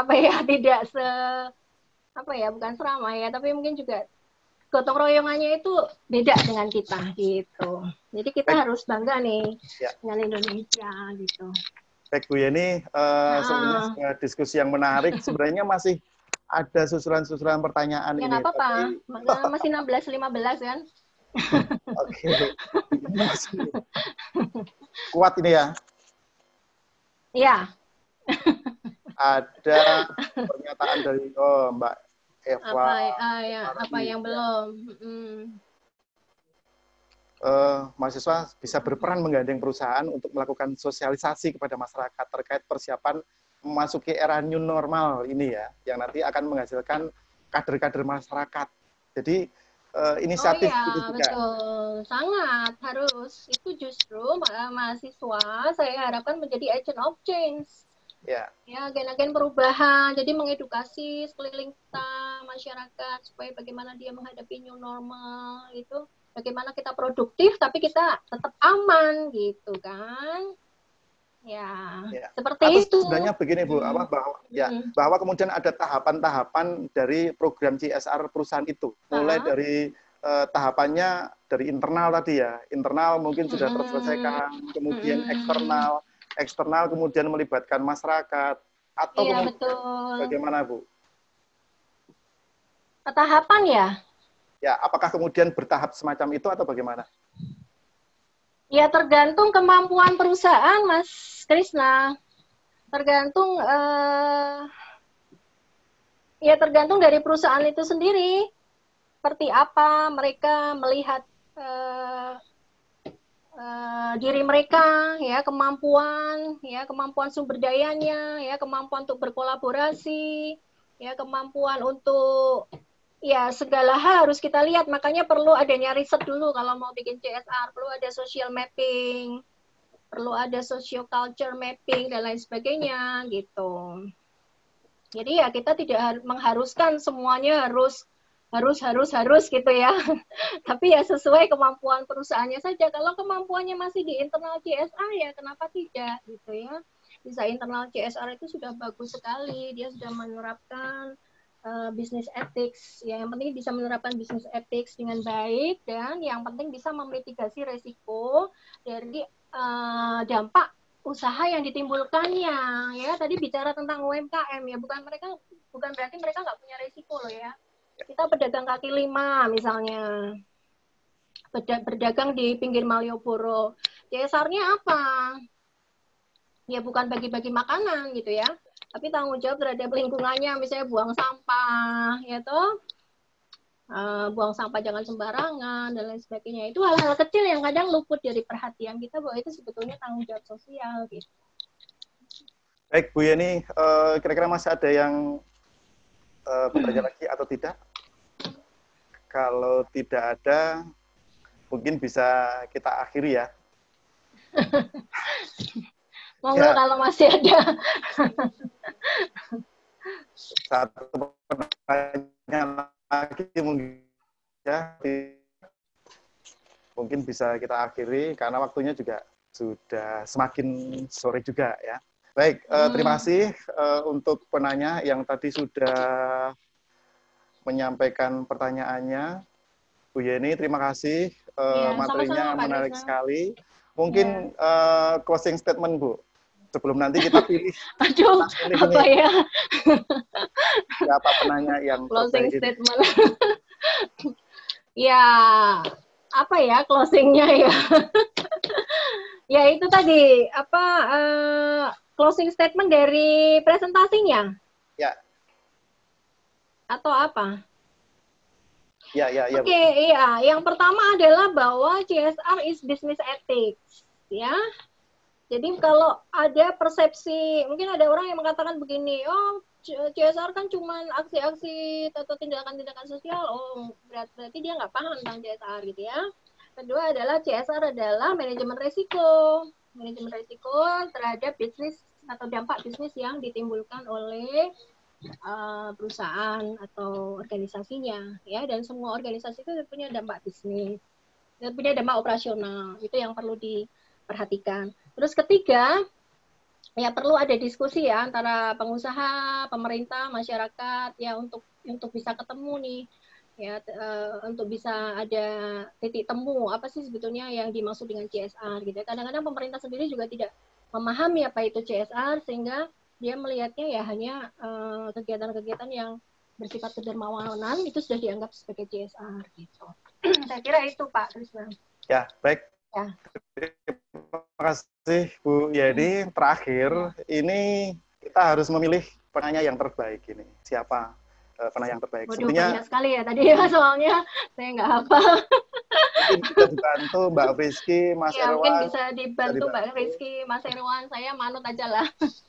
bukan seramah ya, tapi mungkin juga gotong royongannya itu beda dengan kita gitu. Jadi kita harus bangga nih dengan Indonesia gitu. Baik Bu Yeni, sebenarnya diskusi yang menarik. Sebenarnya masih ada susulan-susulan pertanyaan ya, ini. Ya nggak apa-apa, masih 16-15 kan? Oke. Kuat ini ya? Iya. Ada pernyataan dari Mbak Eva. Apa yang belum? Mahasiswa bisa berperan menggandeng perusahaan untuk melakukan sosialisasi kepada masyarakat terkait persiapan memasuki era new normal ini ya, yang nanti akan menghasilkan kader-kader masyarakat. Jadi inisiatif itu juga. Betul, sangat harus. Itu justru mahasiswa saya harapkan menjadi agent of change. Ya, agen-agen perubahan. Jadi mengedukasi sekeliling kita, masyarakat, supaya bagaimana dia menghadapi new normal itu, bagaimana kita produktif tapi kita tetap aman gitu kan. Ya, seperti atau itu. Sebenarnya begini Bu, bahwa kemudian ada tahapan-tahapan dari program CSR perusahaan itu, mulai dari tahapannya dari internal tadi ya, internal mungkin sudah terselesaikan, kemudian eksternal kemudian melibatkan masyarakat, atau bagaimana Bu? Tahapan ya? Ya, apakah kemudian bertahap semacam itu atau bagaimana? Ya tergantung kemampuan perusahaan, Mas Krisna. Tergantung dari perusahaan itu sendiri. Seperti apa mereka melihat diri mereka, ya kemampuan sumber dayanya, ya kemampuan untuk berkolaborasi, ya kemampuan untuk ya segala hal harus kita lihat, makanya perlu adanya riset dulu kalau mau bikin CSR, perlu ada social mapping, perlu ada socio culture mapping dan lain sebagainya gitu. Jadi ya kita tidak mengharuskan semuanya harus gitu ya. Tapi ya sesuai kemampuan perusahaannya saja. Kalau kemampuannya masih di internal CSR ya kenapa tidak gitu ya. Bisa internal CSR itu sudah bagus sekali, dia sudah menerapkan business ethics, ya yang penting bisa menerapkan business ethics dengan baik dan yang penting bisa memitigasi resiko dari dampak usaha yang ditimbulkannya. Ya tadi bicara tentang UMKM ya, bukan berarti mereka nggak punya resiko loh ya. Kita pedagang kaki lima misalnya, berdagang di pinggir Malioboro, CSR-nya apa? Ya bukan bagi-bagi makanan gitu ya. Tapi tanggung jawab terhadap lingkungannya, misalnya buang sampah, ya toh, buang sampah jangan sembarangan dan lain sebagainya. Itu hal-hal kecil yang kadang luput dari perhatian kita bahwa itu sebetulnya tanggung jawab sosial. Gitu. Baik Bu Yeni, kira-kira masih ada yang bertanya lagi atau tidak? Kalau tidak ada, mungkin bisa kita akhiri ya. Monggo kalau masih ada. Satu pertanyaan lagi mungkin bisa kita akhiri karena waktunya juga sudah semakin sore juga ya. Baik, terima kasih untuk penanya yang tadi sudah menyampaikan pertanyaannya. Bu Yeni, terima kasih. Materinya sama-sama, menarik Pak sekali. Mungkin closing statement, Bu. sebelum nanti kita pilih. Aduh, apa ini. ya? Siapa penanya yang Closing statement. Ya, apa ya closingnya ya? Ya itu tadi apa closing statement dari presentasinya? Ya. Atau apa? Ya. Oke, iya. Yang pertama adalah bahwa CSR is business ethics, ya. Jadi kalau ada persepsi, mungkin ada orang yang mengatakan begini, oh CSR kan cuma aksi-aksi atau tindakan-tindakan sosial, oh berarti dia nggak paham tentang CSR gitu ya. Kedua adalah CSR adalah manajemen risiko terhadap bisnis atau dampak bisnis yang ditimbulkan oleh perusahaan atau organisasinya, ya. Dan semua organisasi itu punya dampak bisnis, dan punya dampak operasional, itu yang perlu diperhatikan. Terus ketiga, ya perlu ada diskusi ya antara pengusaha, pemerintah, masyarakat ya untuk bisa ketemu nih ya, untuk bisa ada titik temu apa sih sebetulnya yang dimaksud dengan CSR gitu. Kadang-kadang pemerintah sendiri juga tidak memahami apa itu CSR sehingga dia melihatnya ya hanya kegiatan-kegiatan yang bersifat kedermawanan itu sudah dianggap sebagai CSR gitu. Saya kira itu Pak Krisna. Ya, baik. Ya. Terima kasih Bu Yedi. Terakhir, ini kita harus memilih penanya yang terbaik ini. Siapa penanya yang terbaik? Waduh, Sepertinya banyak sekali ya tadi ya soalnya saya nggak hafal. mungkin bisa dibantu Mbak Rizky, Mas Ya, Irwan. mungkin bisa dibantu Mbak Rizky, Mas Irwan. Saya manut aja lah.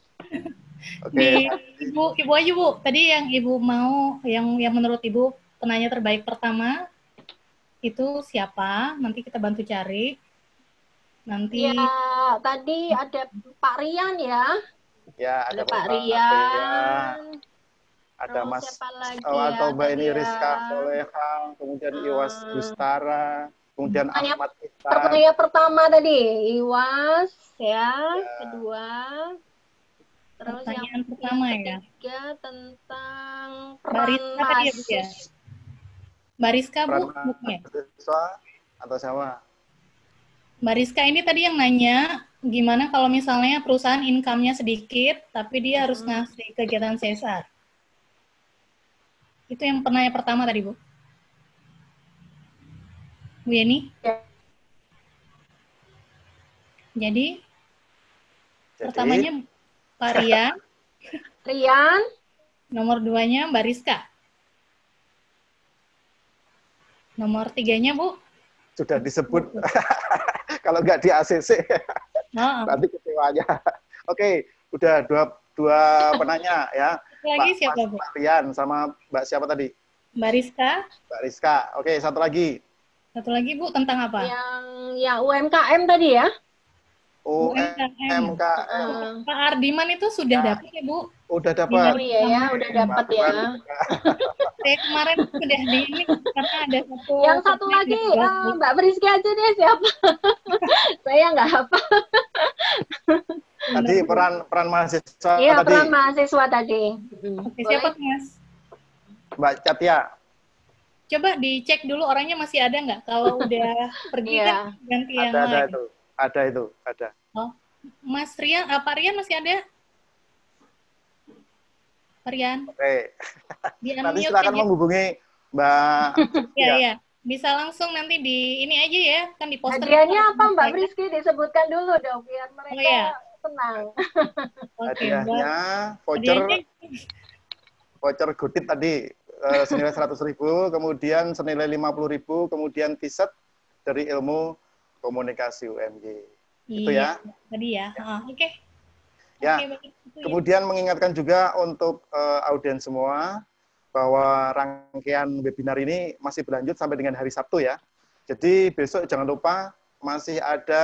Oke. Ibu aja Bu. Tadi yang Ibu mau, yang menurut Ibu penanya terbaik pertama itu siapa? Nanti kita bantu cari. Nanti. Ya, tadi ada Pak Rian ya. Ya, ada Pak Rian. Ada Terus Mas siapa lagi atau Mbak ini ya? Rizka Soleha, kemudian Iwas Gustara, kemudian Ahmad Ihsan. Pertanyaan pertama tadi Iwas ya. Kedua. Terus pertanyaan yang pertama ketiga tentang Mbak Rizka tadi ya Bu ya? Mbak Rizka Bu, bukannya? Atau siapa? Mbak Rizka ini tadi yang nanya, gimana kalau misalnya perusahaan income-nya sedikit, tapi dia harus ngasih kegiatan CSR. Itu yang penanya pertama tadi, Bu. Bu Yeni? Ya. Jadi, pertamanya Pak Rian. Rian. Nomor 2-nya Mbak Rizka. Nomor 3-nya, Bu? Sudah disebut. Kalau nggak di ACC, nanti kecewanya. Oke, udah dua penanya ya. Lagi siapa, Bu? Pak Rian sama Mbak siapa tadi? Mbak Rizka. Mbak Rizka. Oke, satu lagi. Satu lagi, Bu, tentang apa? Yang UMKM tadi ya. UMKM. Pak Ardiman itu sudah dapat ya, Bu? Udah dapat. Oh iya ya, udah dapat ya. Saya kemarin sudah di ini karena ada satu. Yang satu lagi Mbak Rizky aja deh siapa? Saya nggak hafal. Tadi peran mahasiswa iya, tadi. peran mahasiswa tadi. Oke, siapa tuh, Mas? Mbak Catia. Coba dicek dulu orangnya masih ada nggak? Kalau udah pergi kan ganti yang lain. Ada. Oh, Mas Rian, Pak Rian masih ada? Pak Rian. Oke. Nanti silakan aja. menghubungi Mbak. Iya. Bisa langsung nanti di ini aja ya, kan di poster. Hadiahnya apa Mbak Rizky? Disebutkan dulu dong biar mereka tenang. Hadiahnya voucher goodie tadi senilai 100.000, kemudian senilai 50.000, kemudian t-shirt dari Ilmu Komunikasi UMY. Itu ya. Tadi ya. Oke. Ya. Kemudian mengingatkan juga untuk audiens semua bahwa rangkaian webinar ini masih berlanjut sampai dengan hari Sabtu ya. Jadi besok jangan lupa masih ada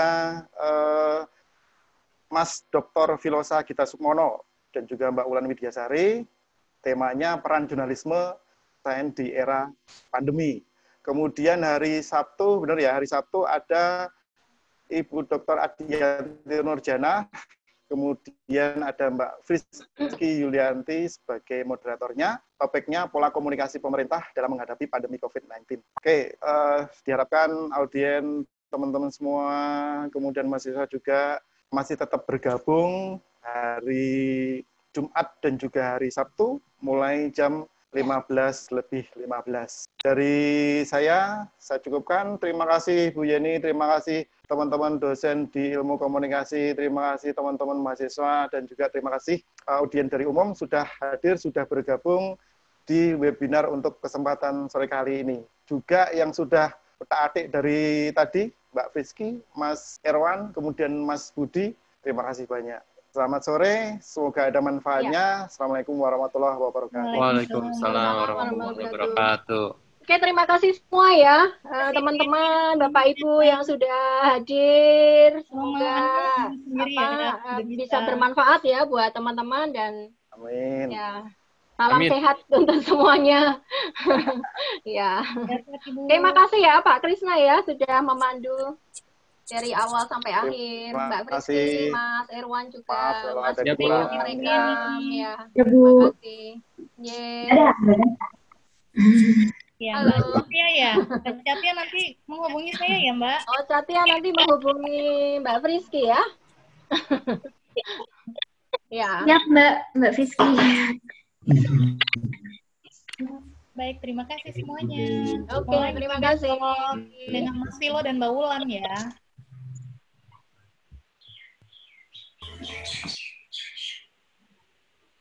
Mas Dr. Filosa Gita Sukmono dan juga Mbak Wulan Widyasari. Temanya peran jurnalisme sains di era pandemi. Kemudian hari Sabtu, benar ya, hari Sabtu ada Ibu Dr. Adiyanti Nurjana, kemudian ada Mbak Frisky Yulianti sebagai moderatornya. Topiknya pola komunikasi pemerintah dalam menghadapi pandemi COVID-19. Oke, diharapkan audiens teman-teman semua, kemudian mahasiswa juga masih tetap bergabung hari Jumat dan juga hari Sabtu mulai jam 15:15. Dari saya cukupkan. Terima kasih Bu Yeni, terima kasih teman-teman dosen di ilmu komunikasi, terima kasih teman-teman mahasiswa, dan juga terima kasih audiens dari umum sudah hadir, sudah bergabung di webinar untuk kesempatan sore kali ini. Juga yang sudah otak-atik dari tadi, Mbak Friski, Mas Erwan, kemudian Mas Budi, terima kasih banyak. Selamat sore, semoga ada manfaatnya. Ya. Assalamualaikum warahmatullahi wabarakatuh. Waalaikumsalam warahmatullahi wabarakatuh. Oke, terima kasih semua ya, teman-teman, Bapak Ibu yang sudah hadir. Semoga bisa bermanfaat ya buat teman-teman dan amin. Ya, salam sehat untuk semuanya. Ya. Terima kasih ya Pak Krisna ya sudah memandu dari awal sampai akhir. Mbak Friski, Mas Erwan juga, Mas Budi, mereka ya. Terima kasih. Ya, Mbak Catia ya. Mbak Catia nanti menghubungi saya ya, Mbak. Oh, Catia nanti menghubungi Mbak Friski ya. Ya. Ya, Mbak Friski. Baik, terima kasih semuanya. Oke, terima kasih. Dengan Mas Silo dan Mbak Ulan ya.